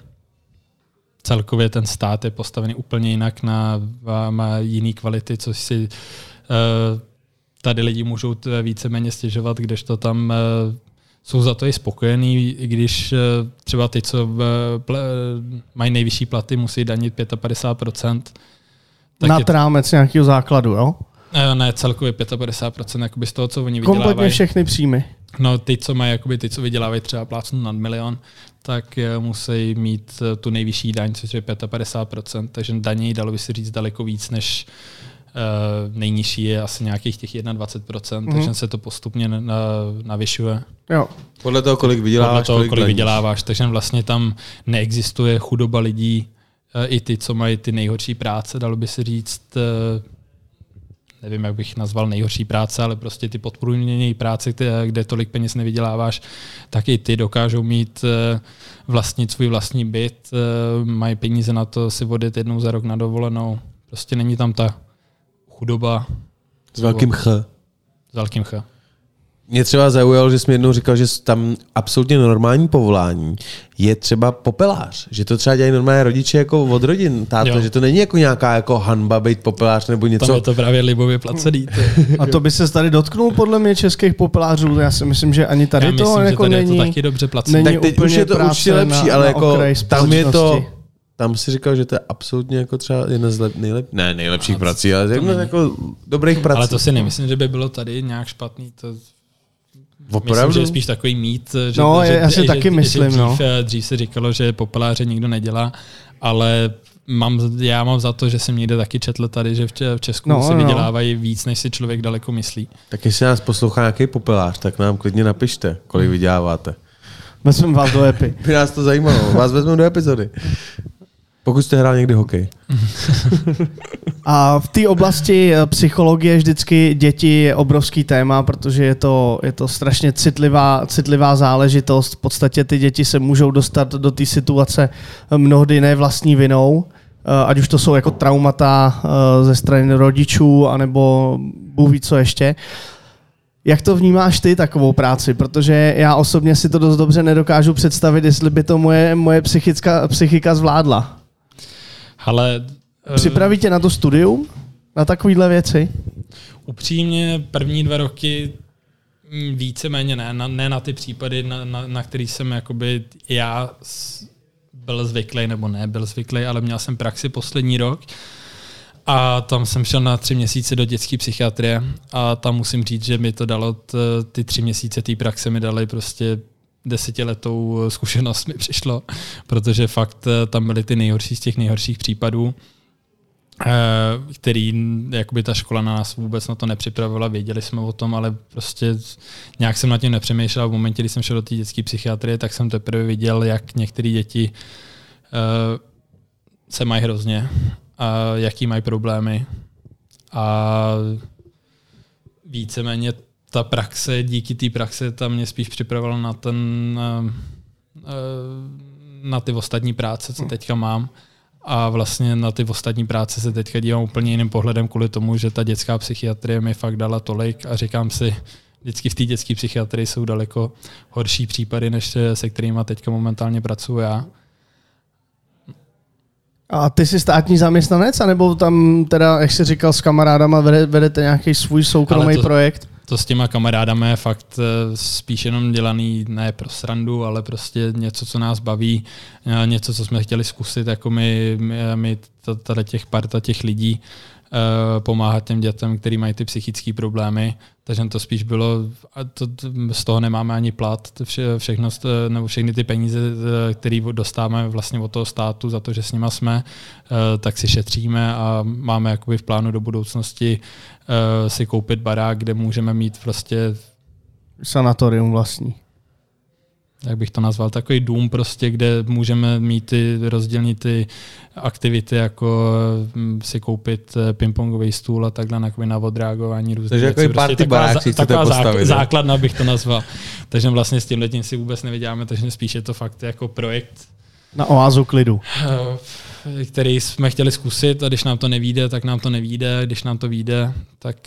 Celkově ten stát je postavený úplně jinak, na, má jiný kvality, což si uh, tady lidi můžou víceméně stěžovat, kdežto tam uh, jsou za to i spokojení, i když uh, třeba ty, co uh, ple, uh, mají nejvyšší platy, musí danit padesát pět procent. Nad rámec nějakého základu, jo? Uh, ne, celkově padesát pět procent jakoby z toho, co oni vydělávají. Kompletně všechny příjmy. No, ty, co mají, jakoby, ty, co vydělávají třeba plácnu nad milion, tak musí mít tu nejvyšší daň, což je padesát pět procent, takže daní, dalo by se říct, daleko víc, než uh, nejnižší je asi nějakých těch dvacet jedna procent, mm. takže se to postupně na, navyšuje. Jo. Podle toho, kolik vyděláváš, Podle toho, kolik, kolik vyděláváš, takže vlastně tam neexistuje chudoba lidí, uh, i ty, co mají ty nejhorší práce, dalo by se říct, uh, nevím, jak bych nazval nejhorší práce, ale prostě ty podprůměrné práce, kde, kde tolik peněz nevyděláváš, tak i ty dokážou mít vlastnit svůj vlastní byt, mají peníze na to si odjet jednou za rok na dovolenou. Prostě není tam ta chudoba. S velkým ch. S velkým ch. Mě třeba zaujalo, že jsi mi jednou říkal, že tam absolutně normální povolání je třeba popelář. Že to třeba dělají normálně rodiče jako od rodin, táto, jo. Že to není jako nějaká jako hanba být popelář nebo něco. Tam je to právě libově placený. A to by se tady dotknul podle mě českých popelářů. Já si myslím, že ani tady Já to myslím, jako že tady není. Je to taky dobře placený. Není tak teď úplně už je to určitě lepší, na, ale na jako tam je to. Tam si říkal, že to je absolutně jako třeba jedna z lep, nejlep, ne, nejlepších prací, ale jedna z jako dobrých prací. Ale to si nemyslím, že by bylo tady nějak špatný. To Opravdu? Myslím, že je spíš takový mýt, že, no, že, já si že, taky že, myslím, že dřív, no. dřív se říkalo, že popeláře nikdo nedělá, ale mám, já mám za to, že jsem někde taky četl tady, že v Česku no, se vydělávají no. víc, než si člověk daleko myslí. Tak jestli nás poslouchá nějaký popelář, tak nám klidně napište, kolik vyděláváte. Vezmeme vás do epy. By nás to zajímalo, vás vezmeme do epizody. Pokud jste hrál někdy hokej. A v té oblasti psychologie vždycky děti je obrovský téma, protože je to, je to strašně citlivá, citlivá záležitost. V podstatě ty děti se můžou dostat do té situace mnohdy ne vlastní vinou, ať už to jsou jako traumata ze strany rodičů, anebo Bůh ví co ještě. Jak to vnímáš ty, takovou práci? Protože já osobně si to dost dobře nedokážu představit, jestli by to moje, moje psychická, psychika zvládla. Ale připraví tě na to studium? Na takovýhle věci? Upřímně první dva roky víceméně ne, na, ne na ty případy, na, na, na který jsem jakoby já byl zvyklý, nebo ne byl zvyklý, ale měl jsem praxi poslední rok a tam jsem šel na tři měsíce do dětské psychiatrie a tam musím říct, že mi to dalo, t, ty tři měsíce té praxe mi dali prostě desetiletou zkušenost mi přišlo, protože fakt tam byly ty nejhorší z těch nejhorších případů, který jakoby ta škola na nás vůbec na to nepřipravila, věděli jsme o tom, ale prostě nějak jsem nad tím nepřemýšlel. V momentě, kdy jsem šel do té dětské psychiatrie, tak jsem teprve viděl, jak některé děti se mají hrozně a jaký mají problémy a víceméně ta praxe, díky té praxe tam mě spíš připravila na ten, na ty ostatní práce, co teďka mám. A vlastně na ty ostatní práce se teďka dívám úplně jiným pohledem kvůli tomu, že ta dětská psychiatrie mi fakt dala tolik a říkám si, vždycky v té dětské psychiatrii jsou daleko horší případy, než se kterými teďka momentálně pracuji já. A ty jsi státní zaměstnanec, anebo tam teda, jak jsi říkal, s kamarádama vedete nějaký svůj soukromý to, projekt? To s těma kamarádama je fakt spíš jenom dělaný ne pro srandu, ale prostě něco, co nás baví, něco, co jsme chtěli zkusit, jako my, my, my tady těch parta těch lidí, pomáhat těm dětem, který mají ty psychické problémy, takže to spíš bylo, a to, z toho nemáme ani plat, vše, všechno, nebo všechny ty peníze, které dostáváme vlastně od toho státu za to, že s nima jsme, tak si šetříme a máme jakoby v plánu do budoucnosti si koupit barák, kde můžeme mít prostě sanatorium vlastní. Jak bych to nazval, takový dům prostě, kde můžeme mít ty rozdělní ty aktivity, jako si koupit pingpongový stůl a takhle na odreagování různých věcí. Takže prostě takový barák si chcete postavit. Základna bych to nazval. Takže vlastně s tímhletím si vůbec nevyděláme, takže spíš je to fakt jako projekt. Na oázu klidu. Který jsme chtěli zkusit a když nám to nevyjde, tak nám to nevyjde. Když nám to vyjde, tak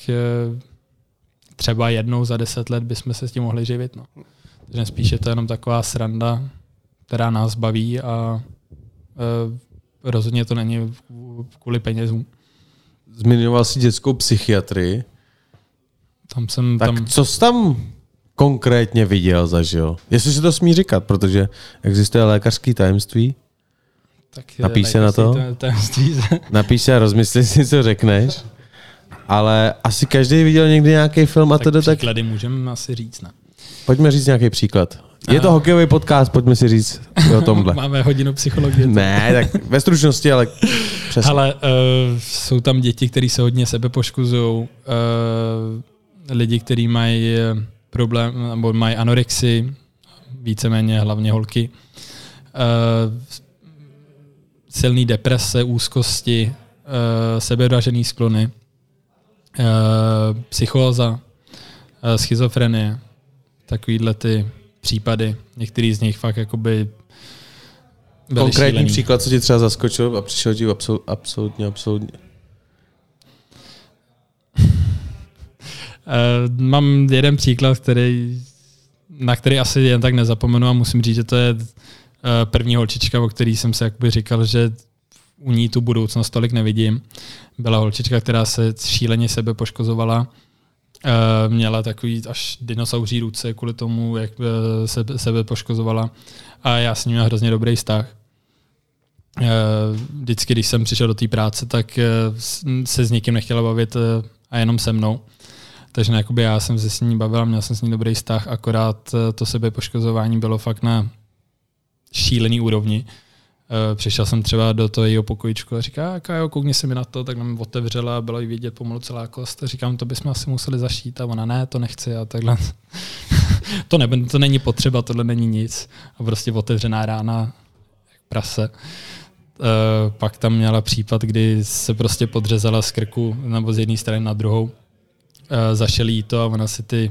třeba jednou za deset let bychom se s tím mohli živit. No. Takže spíš je to jenom taková sranda, která nás baví a e, rozhodně to není kvůli penězům. Zmiňoval jsi dětskou psychiatrii. Tam jsem, tak tam... co jsi tam konkrétně viděl, zažil? Jestli se to smí říkat, protože existuje lékařský tajemství. Tak napíš se na to. Tajemství. Napíš se a rozmysli si, co řekneš. Ale asi každý viděl někdy nějaký film a tak to příklady tak... můžeme asi říct, ne? Pojďme říct nějaký příklad. Je to hokejový podcast, pojďme si říct o tomhle. Máme hodinu psychologie. Ne, tak ve stručnosti, ale přesně. Ale uh, jsou tam děti, kteří se hodně sebe poškuzují, uh, lidi, kteří mají problém, nebo mají anorexii, víceméně hlavně holky, uh, silný deprese, úzkosti, uh, sebevražený sklony, uh, psychóza, uh, schizofrenie, takovýhle ty případy. Některý z nich fakt jakoby byli konkrétní šílený. Příklad, co ti třeba zaskočil a přišel ti absol, absolutně, absolutně. Uh, mám jeden příklad, který, na který asi jen tak nezapomenu a musím říct, že to je uh, první holčička, o který jsem se jakoby říkal, že u ní tu budoucnost tolik nevidím. Byla holčička, která se šíleně sebe poškozovala. Uh, měla takový až dinosauří ruce kvůli tomu, jak uh, se, sebe poškozovala. A já s ní měl hrozně dobrý vztah. Uh, vždycky, když jsem přišel do té práce, tak uh, se s nikým nechtěla bavit uh, a jenom se mnou. Takže jakoby já jsem se s ní bavil, měl jsem s ní dobrý vztah, akorát uh, to sebepoškozování bylo fakt na šílený úrovni. Uh, přišel jsem třeba do toho jejího pokojičku a říká, Kájo, koukni se mi na to, tak nám otevřela a bylo jí vidět pomalu celá kost. A říkám, to bychom asi museli zašít a ona, ne, to nechci a takhle. to, ne, to není potřeba, tohle není nic. A prostě otevřená rána, jak prase. Uh, pak tam měla případ, kdy se prostě podřezala z krku nebo z jedné strany na druhou. Uh, zašel jí to a ona si ty,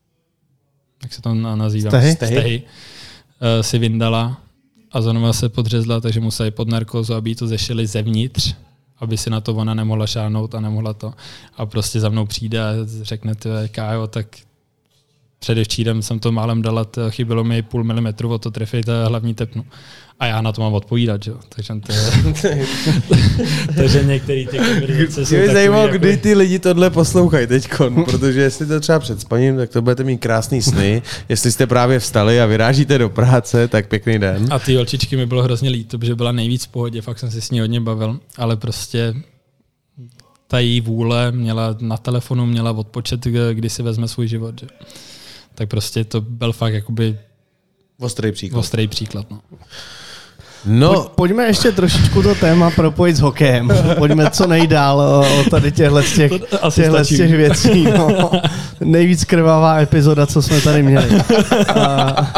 jak se to nazývá? Stehy? Stehy uh, si vyndala. A znovu se podřezla, takže museli pod narkózu, aby jí to zešili zevnitř, aby si na to ona nemohla šáhnout a nemohla to. A prostě za mnou přijde a řekne, Kájo, tak předevčírem jsem to málem dala, chybilo mi půl milimetru, o to trefit a hlavní tepnu. A já na to mám odpovídat, že? Takže, to je, takže některý ty konverzace jsou takový. Mě zajímalo, jako... kdy ty lidi tohle poslouchají teďkon, protože jestli to třeba před spaním, tak to budete mít krásný sny. Jestli jste právě vstali a vyrážíte do práce, tak pěkný den. A ty holčičky mi bylo hrozně líto, protože byla nejvíc v pohodě, fakt jsem si s ní hodně bavil, ale prostě ta její vůle měla na telefonu, měla odpočet, kdy si vezme svůj život, že? Tak prostě to byl fakt jakoby ostrý příklad. Ostrý příklad, no. No. Pojď, pojďme ještě trošičku to téma propojit s hokejem. Pojďme co nejdál o, o tady těchhle z těch, těchhle z těch věcí. No. Nejvíc krvavá epizoda, co jsme tady měli. A, a,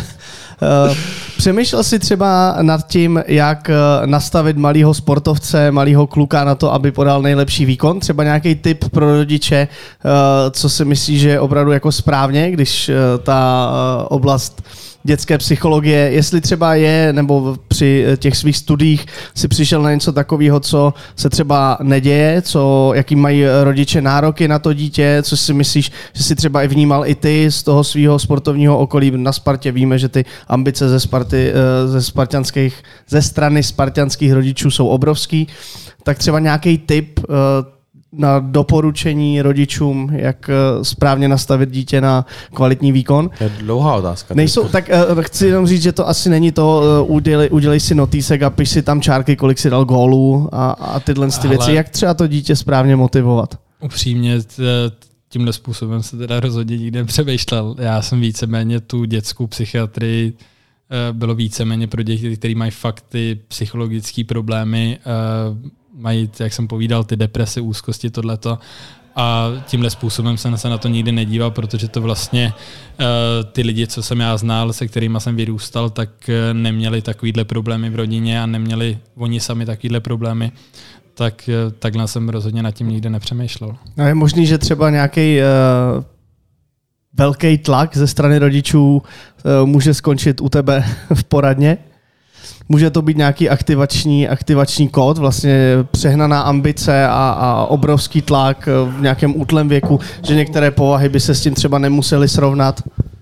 přemýšlel jsi třeba nad tím, jak nastavit malýho sportovce, malýho kluka na to, aby podal nejlepší výkon? Třeba nějaký tip pro rodiče, co si myslí, že je opravdu jako správně, když ta oblast dětské psychologie, jestli třeba je, nebo při těch svých studiích si přišel na něco takového, co se třeba neděje, co, jaký mají rodiče nároky na to dítě, co si myslíš, že si třeba i vnímal i ty z toho svého sportovního okolí. Na Spartě víme, že ty ambice ze Sparty, ze spartanských, ze strany spartanských rodičů jsou obrovský, tak třeba nějaký tip na doporučení rodičům, jak správně nastavit dítě na kvalitní výkon. To je dlouhá otázka. Nejsou, tak uh, chci jenom říct, že to asi není to, uh, udělej, udělej si notýsek a piš si tam čárky, kolik si dal gólů a, a tyhle ty věci. Jak třeba to dítě správně motivovat? Upřímně, tímhle způsobem se teda rozhodně nikdy nepřemýšlel. Já jsem víceméně tu dětskou psychiatrii bylo víceméně pro děti, které mají fakt ty psychologické problémy, mají, jak jsem povídal, ty deprese, úzkosti, tohleto. A tímhle způsobem jsem se na to nikdy nedíval, protože to vlastně ty lidi, co jsem já znal, se kterými jsem vyrůstal, tak neměli takovýhle problémy v rodině a neměli oni sami takovýhle problémy. Tak takhle jsem rozhodně nad tím nikdy nepřemýšlel. A je možný, že třeba nějaký uh, velký tlak ze strany rodičů uh, může skončit u tebe v poradně? Může to být nějaký aktivační, aktivační kód, vlastně přehnaná ambice a, a obrovský tlak v nějakém útlém věku, že některé povahy by se s tím třeba nemusely srovnat?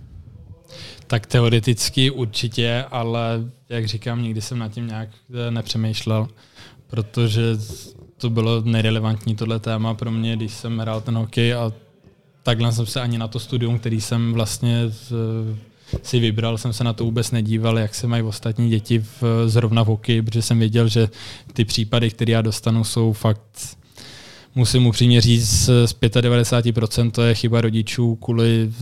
Tak teoreticky určitě, ale jak říkám, nikdy jsem nad tím nějak nepřemýšlel, protože to bylo nerelevantní tohle téma pro mě, když jsem hrál ten hokej a takhle jsem se ani na to studium, který jsem vlastně si vybral, jsem se na to vůbec nedíval, jak se mají ostatní děti v, zrovna v hokeji, protože jsem věděl, že ty případy, které já dostanu, jsou fakt, musím upřímně říct, z devadesát pět procent to je chyba rodičů kvůli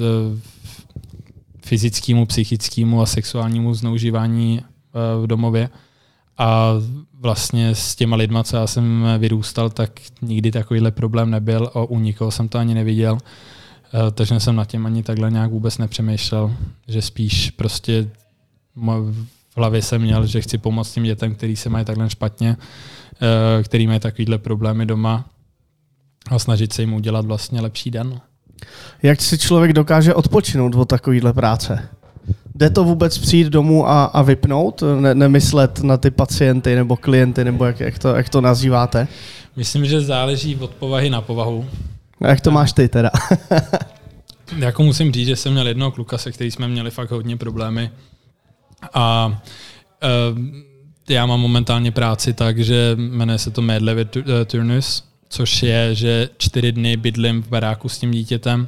fyzickému, psychickému a sexuálnímu zneužívání v domově. A vlastně s těma lidma, co já jsem vyrůstal, tak nikdy takovýhle problém nebyl a u nikoho jsem to ani neviděl. Takže jsem nad tím ani takhle nějak vůbec nepřemýšlel, že spíš prostě v hlavě jsem měl, že chci pomoct těm dětem, který se mají takhle špatně, který mají takovýhle problémy doma a snažit se jim udělat vlastně lepší den. Jak si člověk dokáže odpočinout od takovýhle práce? Jde to vůbec přijít domů a, a vypnout? Ne, nemyslet na ty pacienty nebo klienty, nebo jak, jak, to, jak to nazýváte? Myslím, že záleží od povahy na povahu. A jak to máš ty teda? Jako musím říct, že jsem měl jednoho kluka, se kterým jsme měli fakt hodně problémy. A uh, já mám momentálně práci tak, že jmenuje se to Medlevy Turnus, což je, že čtyři dny bydlím v baráku s tím dítětem, uh,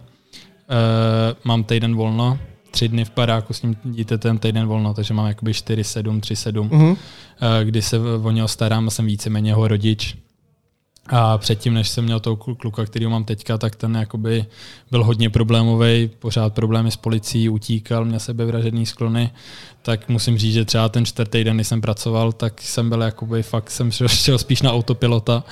mám týden volno, tři dny v baráku s tím dítětem, týden volno, takže mám jakoby čtyři sedm, tři sedm, uh-huh. uh, kdy se o něho starám a jsem víceméně jeho rodič. A předtím, než jsem měl toho kluka, kterýho mám teďka, tak ten jakoby byl hodně problémový, pořád problémy s policií, utíkal, měl sebevražedný sklony, tak musím říct, že třeba ten čtvrtý den, kdy jsem pracoval, tak jsem byl jakoby fakt, jsem šel spíš na autopilota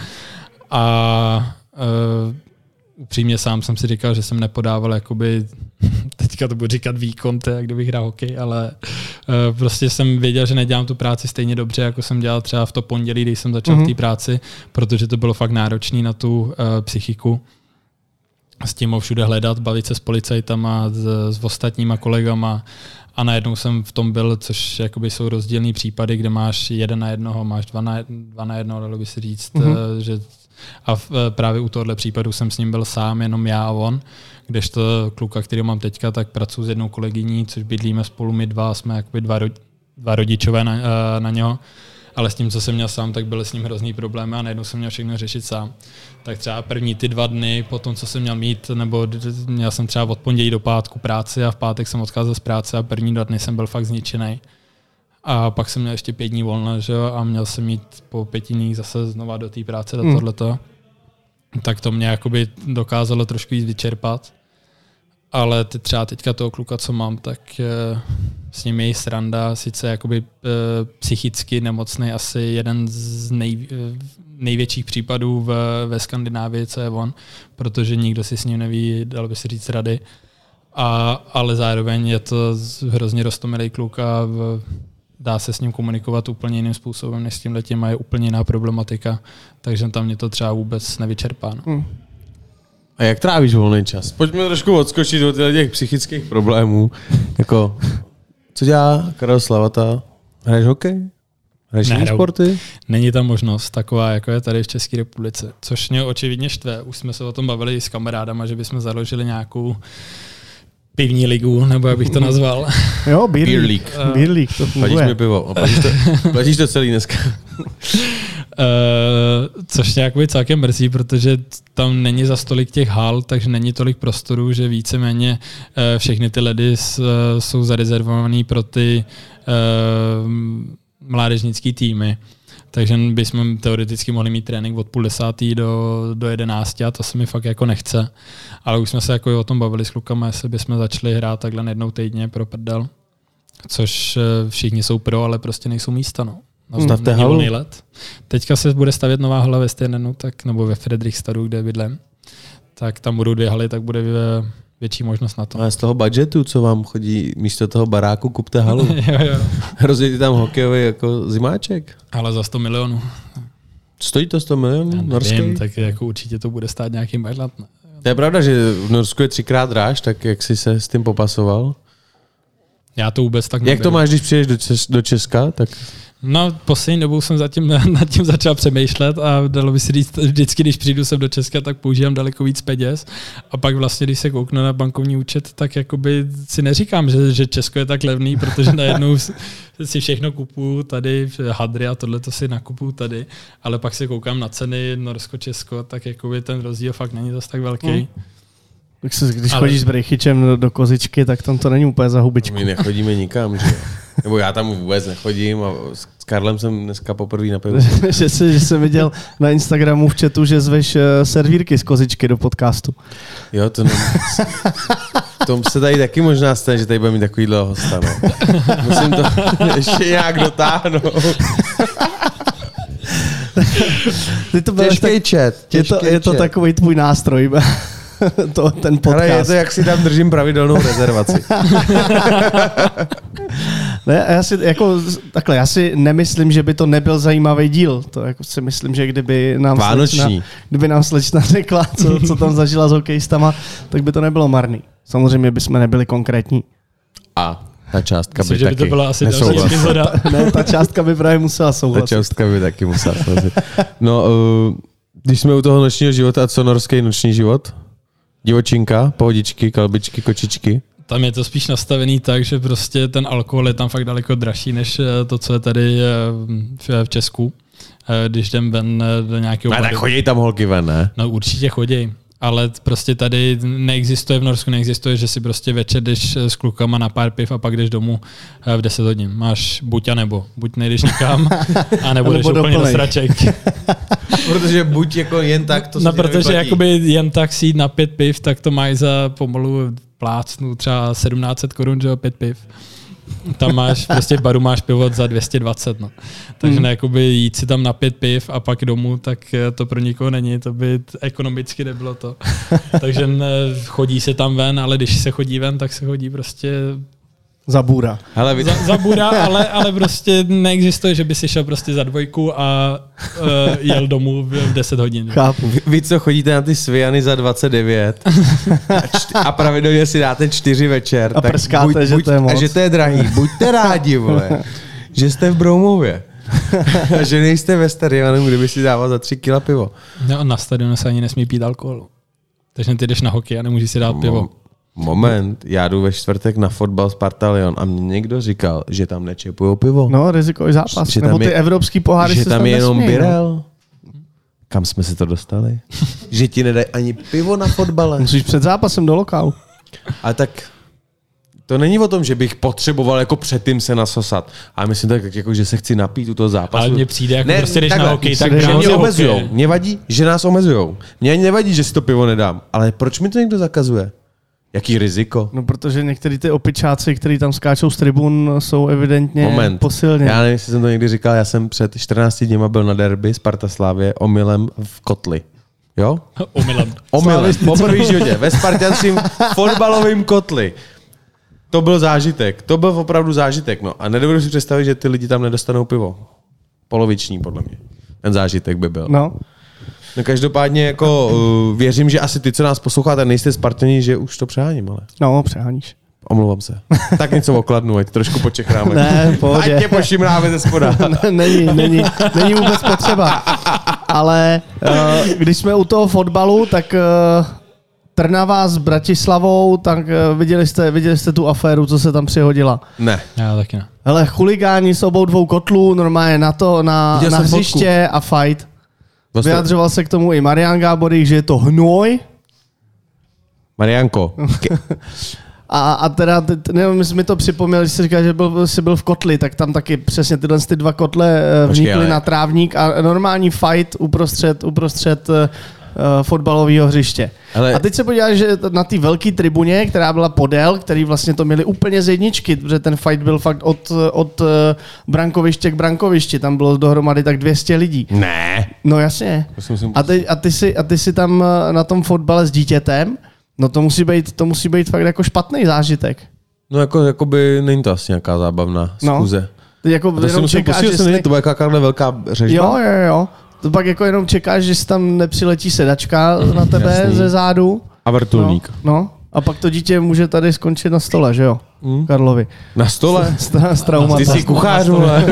a uh, upřímně sám jsem si říkal, že jsem nepodával jakoby, teďka to budu říkat výkon, to je, jak kdybych hrál hokej, ale uh, prostě jsem věděl, že nedělám tu práci stejně dobře, jako jsem dělal třeba v to pondělí, když jsem začal mm-hmm. v té práci, protože to bylo fakt náročné na tu uh, psychiku. S tím ho všude hledat, bavit se s policajtama, s, s ostatníma kolegama a najednou jsem v tom byl, což jakoby jsou rozdílný případy, kde máš jeden na jednoho, máš dva na, dva na jednoho, dalo by se říct, mm-hmm. uh, že a v, právě u tohohle případu jsem s ním byl sám, jenom já a on, kdežto kluka, který mám teďka, tak pracuji s jednou kolegyní, což bydlíme spolu my dva, jsme jakoby dva, dva rodičové na, na něho, ale s tím, co jsem měl sám, tak byly s ním hrozný problémy a najednou jsem měl všechno řešit sám. Tak třeba první ty dva dny, potom co jsem měl mít, nebo měl jsem třeba od pondělí do pátku práci a v pátek jsem odcházel z práce a první dva dny jsem byl fakt zničený. A pak jsem měl ještě pět dní volno, že jo, a měl jsem jít po pěti dní zase znova do té práce, do hmm. tohleto. Tak to mě jakoby dokázalo trošku víc vyčerpat. Ale ty třeba teďka toho kluka, co mám, tak e, s ním je sranda, sice jakoby e, psychicky nemocný, asi jeden z nej, e, největších případů v, ve Skandinávii, co je on, protože nikdo si s ním neví, dalo by se říct, rady. A, ale zároveň je to hrozně roztomilý kluk a v, dá se s ním komunikovat úplně jiným způsobem, než s tímhletím a je úplně jiná problematika, takže tam mě to třeba vůbec nevyčerpá. No. Hmm. A jak trávíš volný čas? Pojďme trošku odskočit od těch psychických problémů. Jako, Co dělá Karel Slavata? Hraješ hokej? Hraješ jiné sporty? Není tam možnost taková, jako je tady v České republice. Což mě očividně štve. Už jsme se o tom bavili s kamarádama, že bychom založili nějakou pivní ligu, nebo jak bych to nazval. Jo, beer, beer league. league. Beer league, to funguje. Platíš mi pivo. Platíš to, platíš to celý dneska. Uh, což mě jakoby celkem mrzí, protože tam není za stolik těch hal, takže není tolik prostoru, že víceméně uh, všechny ty ledy s, uh, jsou zarezervované pro ty uh, mládežnické týmy. Takže bychom teoreticky mohli mít trénink od půl desátý do, do jedenácti a to se mi fakt jako nechce. Ale už jsme se jako o tom bavili s klukama, jestli bychom začali hrát takhle jednou týdně pro prdel. Což uh, všichni jsou pro, ale prostě nejsou místa. No. Stavte halu. Let. Teďka se bude stavět nová hala ve Stejnenu, tak nebo ve Fredrikstadu, kde bydlím. Tak tam budou dvě haly, tak bude větší možnost na to. A z toho budgetu, co vám chodí místo toho baráku, kupte halu. jo, jo. Rozjedí tam hokejový jako zimáček. Ale za sto milionů. Stojí to sto milionů? Norský? Tak jako určitě to bude stát nějaký bajlat. Ne? To je pravda, že v Norsku je třikrát dráž, tak jak jsi se s tím popasoval? Já to vůbec tak Jak neberu. to máš, když přijdeš do, Čes- do Česka? Tak... No, poslední dobou jsem zatím nad tím začal přemýšlet a dalo by si říct, vždycky, když přijdu sem do Česka, tak používám daleko víc peněz a pak vlastně, když se kouknu na bankovní účet, tak jakoby si neříkám, že, že Česko je tak levný, protože najednou si všechno kupuju tady, hadry a tohle to si nakupuju tady, ale pak si koukám na ceny Norsko-Česko, tak jakoby ten rozdíl fakt není zas tak velký. Hmm. Když ale... chodíš s Brechyčem do, do kozičky, tak tam to není úplně za hubičku. My nechodíme nikam, že? Nebo já tam vůbec nechodím a s Karlem jsem dneska poprvé na pivu. že, jsi, že jsem viděl na Instagramu v chatu, že zveš servírky z kozičky do podcastu. Jo, to, ne... to se tady taky možná stane, že tady bude mít takovýhle hosta. No. Musím to ještě nějak dotáhnout. Ty to těžký tak... chat. Je to, je to takový tvůj nástroj. To, ten podcast. Ale je to, jak si tam držím pravidelnou rezervaci. Ne, já si, jako, takhle, já si nemyslím, že by to nebyl zajímavý díl. To jako si myslím, že kdyby nám, slečna, kdyby nám slečna řekla, co, co tam zažila s hokejistama, tak by to nebylo marný. Samozřejmě bychom nebyli konkrétní. A ta částka myslím, by že taky by to byla asi další epizoda. Ne, ta částka by právě musela souhlasit. Ta částka by taky musela souhlasit. No, uh, když jsme u toho nočního života, a co norský noční život? Divočinka, pohodičky, kalbičky, kočičky. Tam je to spíš nastavený tak, že prostě ten alkohol je tam fakt daleko dražší, než to, co je tady v Česku. Když jdem ven do nějakého... A tak chodí tam holky ven, ne? No určitě chodí. Ale prostě tady neexistuje, v Norsku neexistuje, že si prostě večer jdeš s klukama na pár piv a pak jdeš domů v deset hodin. Máš buď a nebo. Buď nejdeš nikam, a nebo jdeš úplně do sraček. Protože buď jako jen tak, to no, protože jakoby jen tak si jít na pět piv, tak to máš za pomalu plácnu třeba sedmnáct set korun, že jo, pět piv. Tam máš, prostě v baru máš pivo za dvě stě dvacet, no. Takže hmm. ne, jakoby jít si tam na pět piv a pak domů, tak to pro nikoho není, to by ekonomicky nebylo to. Takže ne, chodí se tam ven, ale když se chodí ven, tak se chodí prostě... Za bůra. Hele, vy... za, za bůra, ale, ale prostě neexistuje, že by si šel prostě za dvojku a uh, jel domů v deset hodin. Chápu. Vy, vy co chodíte na ty Sviany za dvacet devět a, čty, a pravidelně si dáte čtyři večer. A tak prskáte, buď, že buď, to je moc. A že to je drahý. Buďte rádi, vole, že jste v Broumově. A že nejste ve stadionu, kdyby si dával za tři kila pivo. No, na stadionu se ani nesmí pít alkohol. Takže ty jdeš na hokej a nemůžeš si dát Mo- pivo. Moment, já jdu ve čtvrtek na fotbal Sparta Lyon a mě někdo říkal, že tam nečepujou pivo. No, rizikový zápas. Že Nebo ty je, evropský poháry že se tam je jenom nesmí, birel. No. Kam jsme se to dostali? Že ti nedají ani pivo na fotbale. Musíš před zápasem do lokálu. A tak to není o tom, že bych potřeboval jako předtím se nasosat. A myslím tak, jako, že se chci napít u toho zápasu. Ale mně přijde, jako ne, prostě jdeš na hokej, tak že mě omezujou. hokej. Mně vadí, že nás omezujou. Mně ani nevadí, že si to pivo nedám. Ale proč mi to někdo zakazuje? Jaký riziko? No, protože některý ty opičáci, kteří tam skáčou z tribun, jsou evidentně Moment. posilně. Já nevím, jestli jsem to někdy říkal, já jsem před čtrnácti dněma byl na derby Sparta Slávě omylem v Kotli. Jo? Omylem. Omylem. Po první životě. Ve spartanském fotbalovém Kotli. To byl zážitek. To byl opravdu zážitek. No. A nedovedu si představit, že ty lidi tam nedostanou pivo. Poloviční, podle mě. Ten zážitek by byl. No. No každopádně jako uh, věřím, že asi ty, co nás posloucháte, nejste Spartani, že už to přeháním, ale. No, přeháníš. omlouvám se. Tak něco okladnu, ať trošku počechráme. Ne, pohodě. Ať tě pošimráme ze spoda. není, není, není vůbec potřeba. Ale uh, když jsme u toho fotbalu, tak uh, Trnava s Bratislavou, tak uh, viděli, jste, viděli jste tu aféru, co se tam přihodila. Ne. Já taky ne. Hele, chuligáni s obou dvou kotlů, normálně na to, na, na hřiště a fight. Vlastně... Vyjadřoval se k tomu i Marian Gáborík, že je to hnoj. Marianko. A, a teda, nevím, my jsme to připomněli, když jsi říkal, že byl, jsi byl v kotli, tak tam taky přesně tyhle ty dva kotle vnikly Počkej, na trávník a normální fight uprostřed, uprostřed uh, fotbalového hřiště. Ale... A teď se podíváš, že na té velké tribuně, která byla podél, který vlastně to měli úplně z jedničky, protože ten fight byl fakt od, od brankoviště k brankovišti, tam bylo dohromady tak dvě stě lidí. Ne. No jasně. Musím... A, ty, a, ty jsi, a ty jsi tam na tom fotbale s dítětem, no to musí být, to musí být fakt jako špatný zážitek. No jako, jakoby není to asi nějaká zábavná zkuze. No, jako to si musím posílit, že není to jako jakáhle velká řežba. Jo, jo, jo. To pak jako jenom čekáš, že si tam nepřiletí sedačka na tebe Jasný. ze zádu. A vrtulník. No, no. A pak to dítě může tady skončit na stole, že jo? Mm. Karlovi. Na stole? S, s, s Ty jsi kuchář, vole.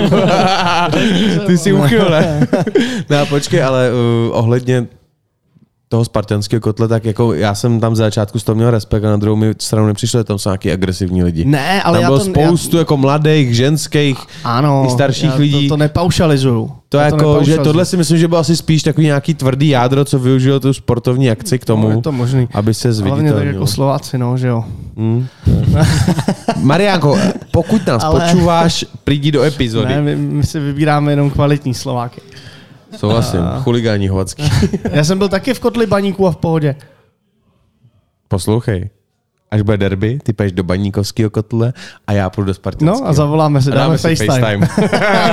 Ty jsi uchyl, ne? No počkej, ale uh, ohledně toho spartanského kotle, tak jako já jsem tam za začátku z toho měl respekt a na druhou mi stranu nepřišlo, tam jsou nějaký agresivní lidi. Ne, ale tam já bylo to, spoustu já... jako mladých, ženských, ano, i starších já lidí. To, to nepaušalizuju. To, jako, to že tohle si myslím, že bylo asi spíš takový nějaký tvrdý jádro, co využilo tu sportovní akci k tomu, no, je to možný. aby se zviditelnil. Hlavně tak jako Slováci, no, že jo. Hmm. Mariánko, pokud nás ale... počúváš, přijdi do epizody. Ne, my, my si vybíráme jenom kvalitní Slováky. Souhlasím, a... chuligáni hovacký. Já jsem byl taky v kotli baníku a v pohodě. Poslouchej, až bude derby, ty půjdeš do baníkovského kotle a já půjdu do spartanského. No a zavoláme si, dáme, dáme FaceTime. FaceTime.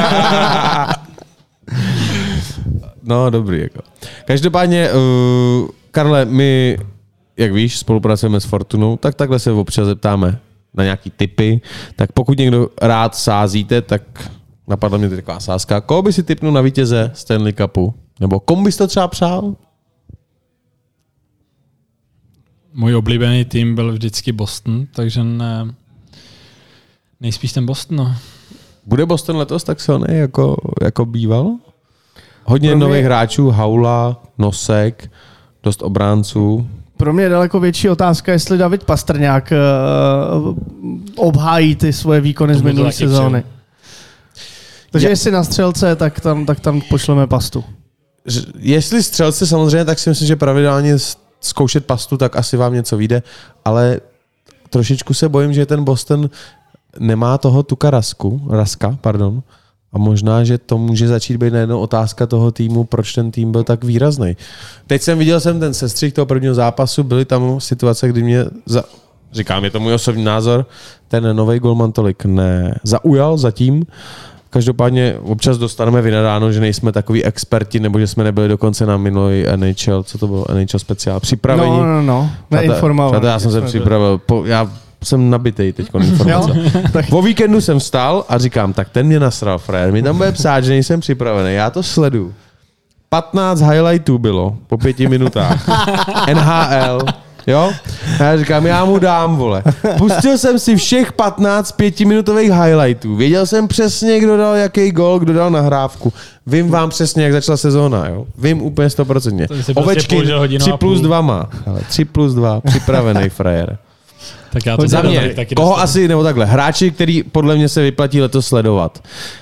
No, dobrý. Jako. Každopádně, uh, Karle, my, jak víš, spolupracujeme s Fortunou, tak takhle se občas zeptáme na nějaký tipy. Tak pokud někdo rád sázíte, tak napadla mě taková sázka. Koho by si tipnul na vítěze Stanley Cupu? Nebo komu bys to třeba přál? Můj oblíbený tým byl vždycky Boston, takže ne, nejspíš ten Boston. No. Bude Boston letos tak silný, jako, jako býval? Hodně mě... nových hráčů, Haula, Nosek, dost obránců. Pro mě je daleko větší otázka, jestli David Pastrňák uh, obhájí ty svoje výkony z minulé sezóny. Takže ja. jestli na střelce, tak tam, tak tam pošleme pastu. Jestli střelce samozřejmě, tak si myslím, že pravidelně zkoušet pastu, tak asi vám něco vyjde, ale trošičku se bojím, že ten Boston nemá toho Tuka Rasku, Raska, pardon, a možná, že to může začít být najednou otázka toho týmu, proč ten tým byl tak výrazný. Teď jsem viděl jsem ten sestřih toho prvního zápasu, byly tam situace, kdy mě, za, říkám, je to můj osobní názor, ten nový golman tolik nezaujal zatím. Každopádně občas dostaneme vynadáno, že nejsme takový experti, nebo že jsme nebyli dokonce na minulý N H L, co to bylo, N H L speciál, připravení. No, no, no, neinformovaný. Já jsem se připravil, po, já jsem nabitej teď informace. Po víkendu jsem vstal a říkám, tak ten mě nasral, frajer, mi tam bude psát, že nejsem připravený, já to sleduju. patnáct highlightů bylo po pěti minutách. N H L. Jo? A já říkám, já mu dám, vole. Pustil jsem si všech patnáct pětiminutových highlightů. Věděl jsem přesně, kdo dal jaký gól, kdo dal nahrávku. Vím vám přesně, jak začala sezóna, jo? Vím úplně sto procent. Ovečky tři plus dva má. tři plus dva, připravený frajer. Tak já to za mě, taky koho asi, nebo takhle, hráči, který podle mě se vyplatí letos sledovat.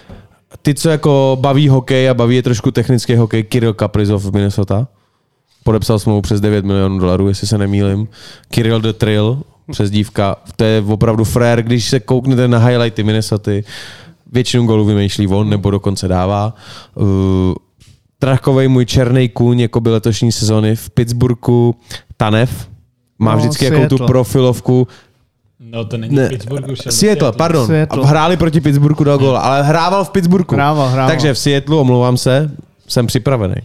Ty, co jako baví hokej a baví je trošku technický hokej, Kirill Kaprizov v Minnesota. Podepsal smlouvu přes devět milionů dolarů, jestli se nemýlim. Kirill the Thrill, přezdívka. To je opravdu frér, když se kouknete na highlighty Minnesoty. Většinu gólů vymýšlí on, nebo dokonce dává. Uh, Trachovej můj černý kůň, jako by letošní sezony v Pittsburghu. Tanev. Má vždycky no, jakou tu profilovku. No to není ne, v Pittsburghu. Seattle, pardon. Seattle. Hráli proti Pittsburghu do góla, ale hrával v Pittsburghu. Hrával, hrával. Takže v Seattleu, omlouvám se, jsem připravený.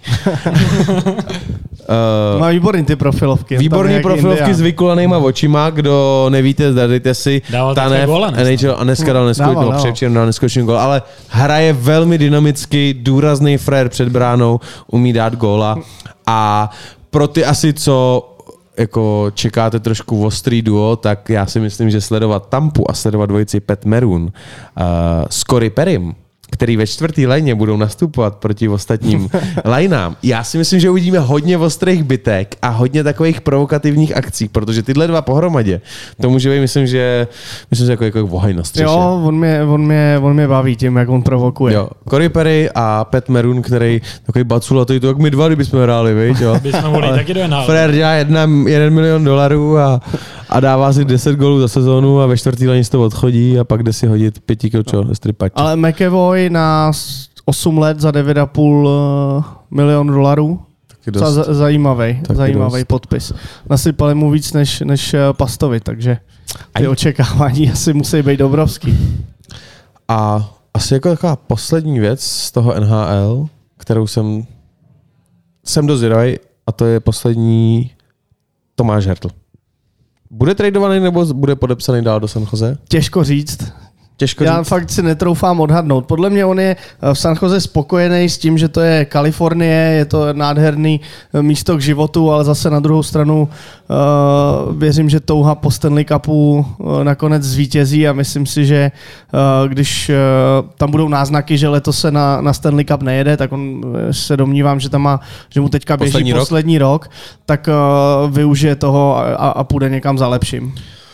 Uh, Má výborný ty profilovky. Výborný profilovky Indián. S vykulanýma očima, kdo nevíte, dejte si Tanev, N H L a dneska dal neskutečný, no, předevčím dal neskutečný gól, ale hraje velmi dynamicky, důrazný frér před bránou, umí dát góla a pro ty asi, co jako čekáte trošku ostrý duo, tak já si myslím, že sledovat Tampu a sledovat dvojici Pat Maroon uh, s Corey Perrym, který ve čtvrtý lajně budou nastupovat proti ostatním lajnám. Já si myslím, že uvidíme hodně ostrých bitek a hodně takových provokativních akcí, protože tyhle dva pohromadě, to může být, myslím, že myslím, že jako, jako vohaj na střeše. Jo, on mě, on, mě, on mě baví tím, jak on provokuje. Jo, Corey Perry a Pat Maroon, který takový baculatý, to jak my dva, kdybychom hráli, viď, jo. Bychom mohli taky do N H L. Frér dělá jedna, jeden milion dolarů a, a dává si deset gólů za sezónu a ve čtvrtý lani z toho odchodí a pak jde si hodit pěti kilčo no. stripače. Ale McAvoy na osm let za devět a půl milion dolarů. Za, zajímavý, zajímavý podpis. Nasypali mu víc než, než Pastovi, takže ty Aj. očekávání asi musí být obrovský. A asi jako taková poslední věc z toho N H L, kterou jsem jsem dost zvědavý, a to je poslední Tomáš Hertl. Bude tradovaný nebo bude podepsaný dál do San Jose? Těžko říct. Těžko Já říct. fakt si netroufám odhadnout. Podle mě on je v San Jose spokojený s tím, že to je Kalifornie, je to nádherný místo k životu, ale zase na druhou stranu uh, věřím, že touha po Stanley Cupu uh, nakonec zvítězí a myslím si, že uh, když uh, tam budou náznaky, že letos se na, na Stanley Cup nejede, tak on se domnívám, že tam má, že mu teďka běží poslední, poslední rok. rok, tak uh, využije toho a, a půjde někam za lepším.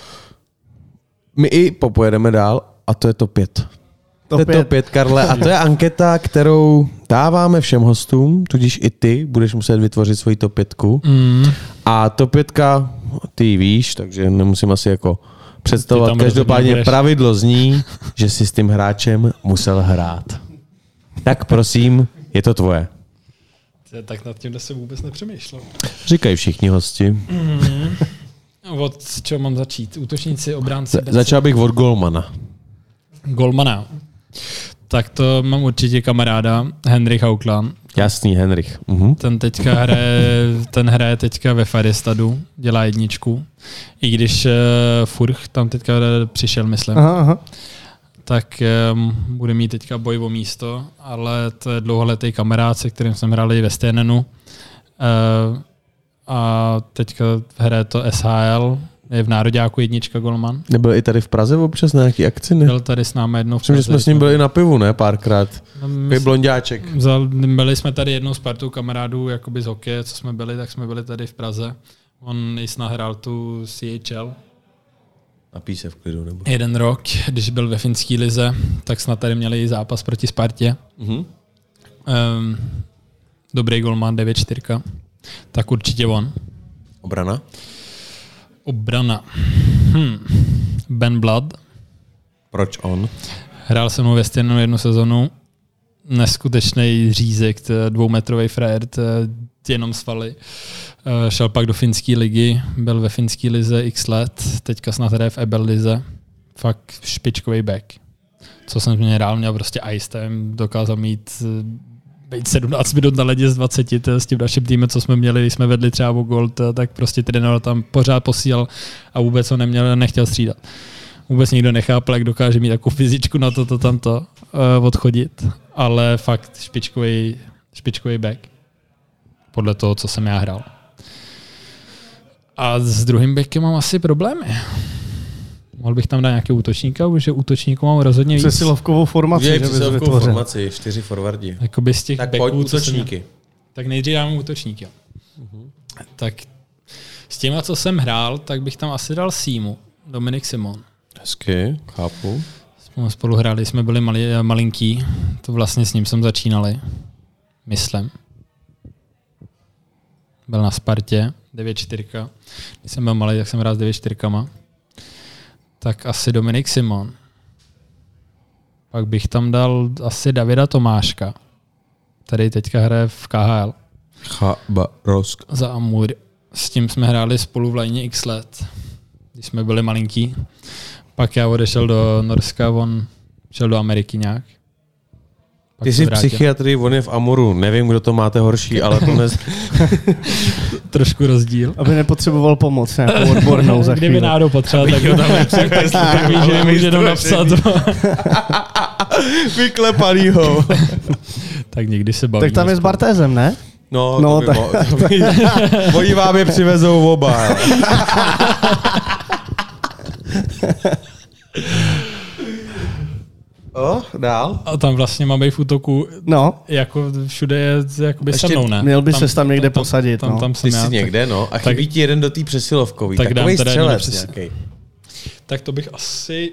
My i popojedeme dál. A to je top pět. To je top pět, Karle. A to je anketa, kterou dáváme všem hostům, tudíž i ty budeš muset vytvořit svoji top pětku. Mm. A top pětka, ty ji víš, takže nemusím asi jako představovat. Každopádně pravidlo zní, že si s tím hráčem musel hrát. Tak prosím, je to tvoje. Tak nad tím se vůbec nepřemýšlel. Říkají všichni hosti. Mm. Od čeho mám začít? Útočníci, obránci? Začal bych od golmana. Golmana. Tak to mám určitě kamaráda, Henrik Haukland. Jasný, Henrik. Uh-huh. Ten teďka hraje, ten hraje teďka ve Färjestadu, dělá jedničku. I když uh, Furch tam teďka přišel, myslím. Aha, aha. Tak um, bude mít teďka boj o místo, ale to je dlouholetý kamarád, se kterým jsem hrál i ve Stejnenu. Uh, a teďka hraje to S H L, je v nároďáku jednička golman. Nebyl i tady v Praze občas na nějaký akci, ne? Byl tady s námi jednou v Praze. Myslím, že jsme s ním byli na pivu, ne? Párkrát. No, blonďáček. Byli jsme tady jednou s partou kamarádů jakoby z hokeje, co jsme byli, tak jsme byli tady v Praze. On i nahrál tu C H L. Napij se v klidu, nebo? Jeden rok, když byl ve finské lize, tak snad tady měli i zápas proti Spartě. Mm-hmm. Um, dobrý golman, devět čtyři. Tak určitě on. Obrana? Obrana. Hmm. Ben Blood. Proč on? Hrál jsem mu ve Stejnenu jednu sezonu. Neskutečný řízek, dvoumetrový frajer, jenom svaly. Šel pak do finské ligy, byl ve finské lize x let, teďka snad hraje v Ebel lize. Fakt špičkový back. Co jsem mě hrál, měl prostě ice time, dokázal mít být sedmnáct minut na ledě z dvacet s tím naším týmem, co jsme měli, když jsme vedli třeba o gol, tak prostě trenér tam pořád posílal a vůbec ho neměl, nechtěl střídat. Vůbec nikdo nechápal, jak dokáže mít takovou fyzičku na to, to tamto uh, odchodit, ale fakt špičkový, špičkový back. Podle toho, co jsem já hrál. A s druhým backem mám asi problémy. Mohl bych tam dát nějaký útočníka, protože útočníků mám rozhodně víc. Přesilovkovou formaci. Je přesilovkovou formaci, čtyři forwardi. Jakoby z těch tak backů, pojď útočníky. Jsem, tak nejdřív dám útočníky. Uh-huh. Tak s těma, co jsem hrál, tak bych tam asi dal Símu. Dominik Simon. Hezky, chápu. Jsme spolu hráli, jsme byli mali, malinký. To vlastně s ním jsem začínali. Myslím. Byl na Spartě, devět čtyři. Když jsem byl malý, tak jsem hrál s devět čtyři. Tak asi Dominik Simon. Pak bych tam dal asi Davida Tomáška. Tady teďka hraje v K H L. Chabarovsk. Za Amur. S tím jsme hráli spolu v lajně x let, když jsme byli malinký. Pak já odešel do Norska, on šel do Ameriky nějak. Pak Ty jsi v psychiatrii, on je v Amuru. Nevím, kdo to máte horší, ale to ne... Trošku rozdíl. Aby nepotřeboval pomoc nějakou odbornou za chvíli. Kdyby náhodou potřeboval, tak ho tam nepřekvést. Tak víš, že může jenom napsat. Vyklepanýho. Tak někdy se bavíme. Tak tam je s Bartézem, ne? No, No, to by, tak- mo- to by oni vám je přivezou oba. O, dál. A tam vlastně má být v útoku, No, jako všude je jakoby Ještě se mnou, ne? měl by ses tam někde posadit, Tam, no. tam jsem Ty já, jsi tak- někde, no. A chybí ti jeden do té přesilovkový. tak dám Takovej teda jeden do střelec přes- nějaký. Tak to bych asi...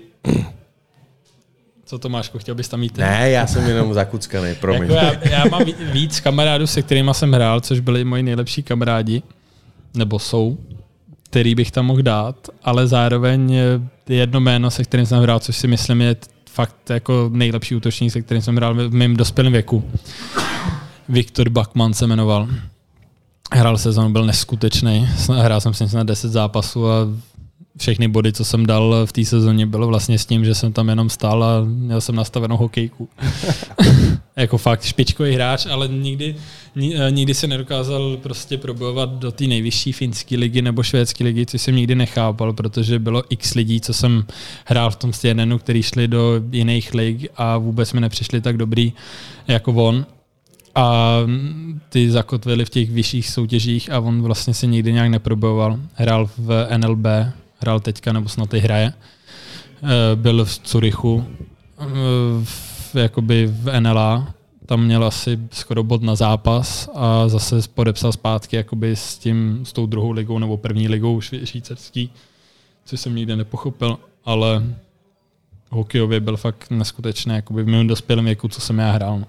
Co Tomášku, chtěl bys tam mít? ty? Ne, já jsem jenom zakuckanej, promiň. Jako já, já mám ví- víc kamarádů, se kterými jsem hrál, což byli moji nejlepší kamarádi, nebo jsou, který bych tam mohl dát, ale zároveň jedno jméno, se kterým jsem hrál, což si myslím je fakt jako nejlepší útočník, se kterým jsem hrál v mém dospělém věku. Viktor Bachmann se jmenoval. Hrál sezonu, byl neskutečný. Hrál jsem si na deset zápasů a všechny body, co jsem dal v té sezóně, bylo vlastně s tím, že jsem tam jenom stál a měl jsem nastavenou hokejku. Jako fakt špičkový hráč, ale nikdy, ni, nikdy se nedokázal prostě probojovat do té nejvyšší finské ligy nebo švédské ligy, což jsem nikdy nechápal, protože bylo x lidí, co jsem hrál v tom Stjenenu, který šli do jiných lig a vůbec mi nepřišli tak dobrý jako on. A ty zakotvili v těch vyšších soutěžích a on vlastně se nikdy nějak neprobojoval. Hrál v N L B, hrál teďka, nebo snad i hraje. Byl v Curychu, v, jakoby v N L A, tam měl asi skoro bod na zápas a zase podepsal zpátky jakoby s, tím, s tou druhou ligou nebo první ligou švý- švýcarský, což jsem nikdy nepochopil, ale hokejově byl fakt neskutečný, jakoby v mém dospělém věku, co jsem já hrál. No.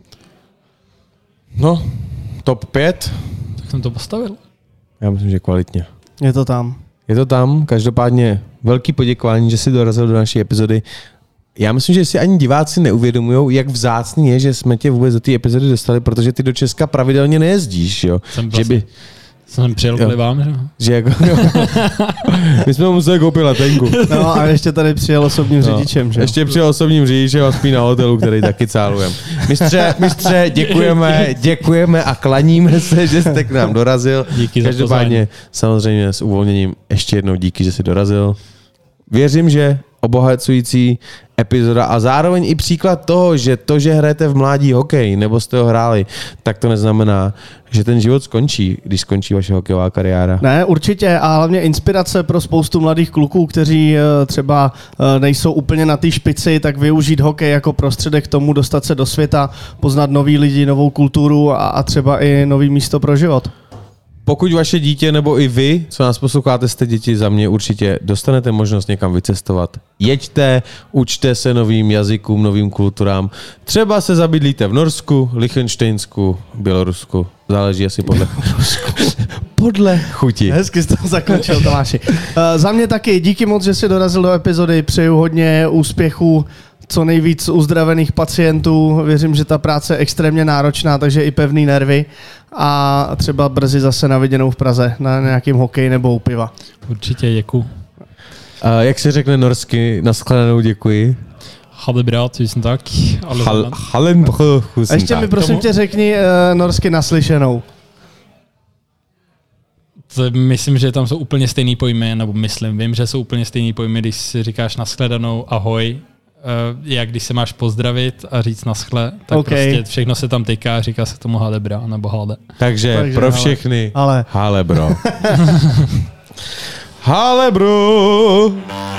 No, top pět. Tak jsem to postavil. Já myslím, že kvalitně. Je to tam. Je to tam, každopádně velký poděkování, že jsi dorazil do naší epizody. Já myslím, že si ani diváci neuvědomují, jak vzácný je, že jsme tě vůbec do té epizody dostali, protože ty do Česka pravidelně nejezdíš, jo. Jsem Že by, Jsem přijel kvůli vám, že? že jako, my jsme mu museli koupit letenku. No a ještě tady přijel osobním řidičem, že? Ještě přijel osobním řidičem a spí na hotelu, který taky cálujem. Mistře, mistře, děkujeme, děkujeme a klaníme se, že jste k nám dorazil. Díky za Každopádně samozřejmě s uvolněním ještě jednou díky, že jsi dorazil. Věřím, že obohacující epizoda a zároveň i příklad toho, že to, že hrajete v mládí hokej, nebo jste ho hráli, tak to neznamená, že ten život skončí, když skončí vaše hokejová kariéra. Ne, určitě a hlavně inspirace pro spoustu mladých kluků, kteří eh, třeba eh, nejsou úplně na té špici, tak využít hokej jako prostředek k tomu dostat se do světa, poznat nový lidi, novou kulturu a, a třeba i nový místo pro život. Pokud vaše dítě nebo i vy, co nás posloucháte, jste děti, za mě určitě dostanete možnost někam vycestovat. Jeďte, učte se novým jazykům, novým kulturám. Třeba se zabydlíte v Norsku, Lichtensteinsku, Bělorusku. Záleží asi podle... podle chuti. Hezky jsi to zakončil, Tomáši. Uh, za mě taky díky moc, že jsi dorazil do epizody. Přeju hodně úspěchů, co nejvíc uzdravených pacientů. Věřím, že ta práce je extrémně náročná, takže i pevný nervy. A třeba brzy zase na viděnou v Praze na nějakým hokeji nebo u piva. Určitě, děkuji. A jak se řekne norsky, nashledanou, děkuji. Ha det bra, tusen tak. Alle Hal, sammen. halen, A ještě mi prosím Tomu- tě řekni uh, norsky naslyšenou. To myslím, že tam jsou úplně stejný pojmy, nebo myslím, vím, že jsou úplně stejný pojmy, když si říkáš nashledanou, ahoj, uh, jak když se máš pozdravit a říct naschle, tak OK. prostě všechno se tam týká, říká se tomu hade bra, nebo hade. Takže, Takže pro hale. všechny, Ale hale bro. Hale bro.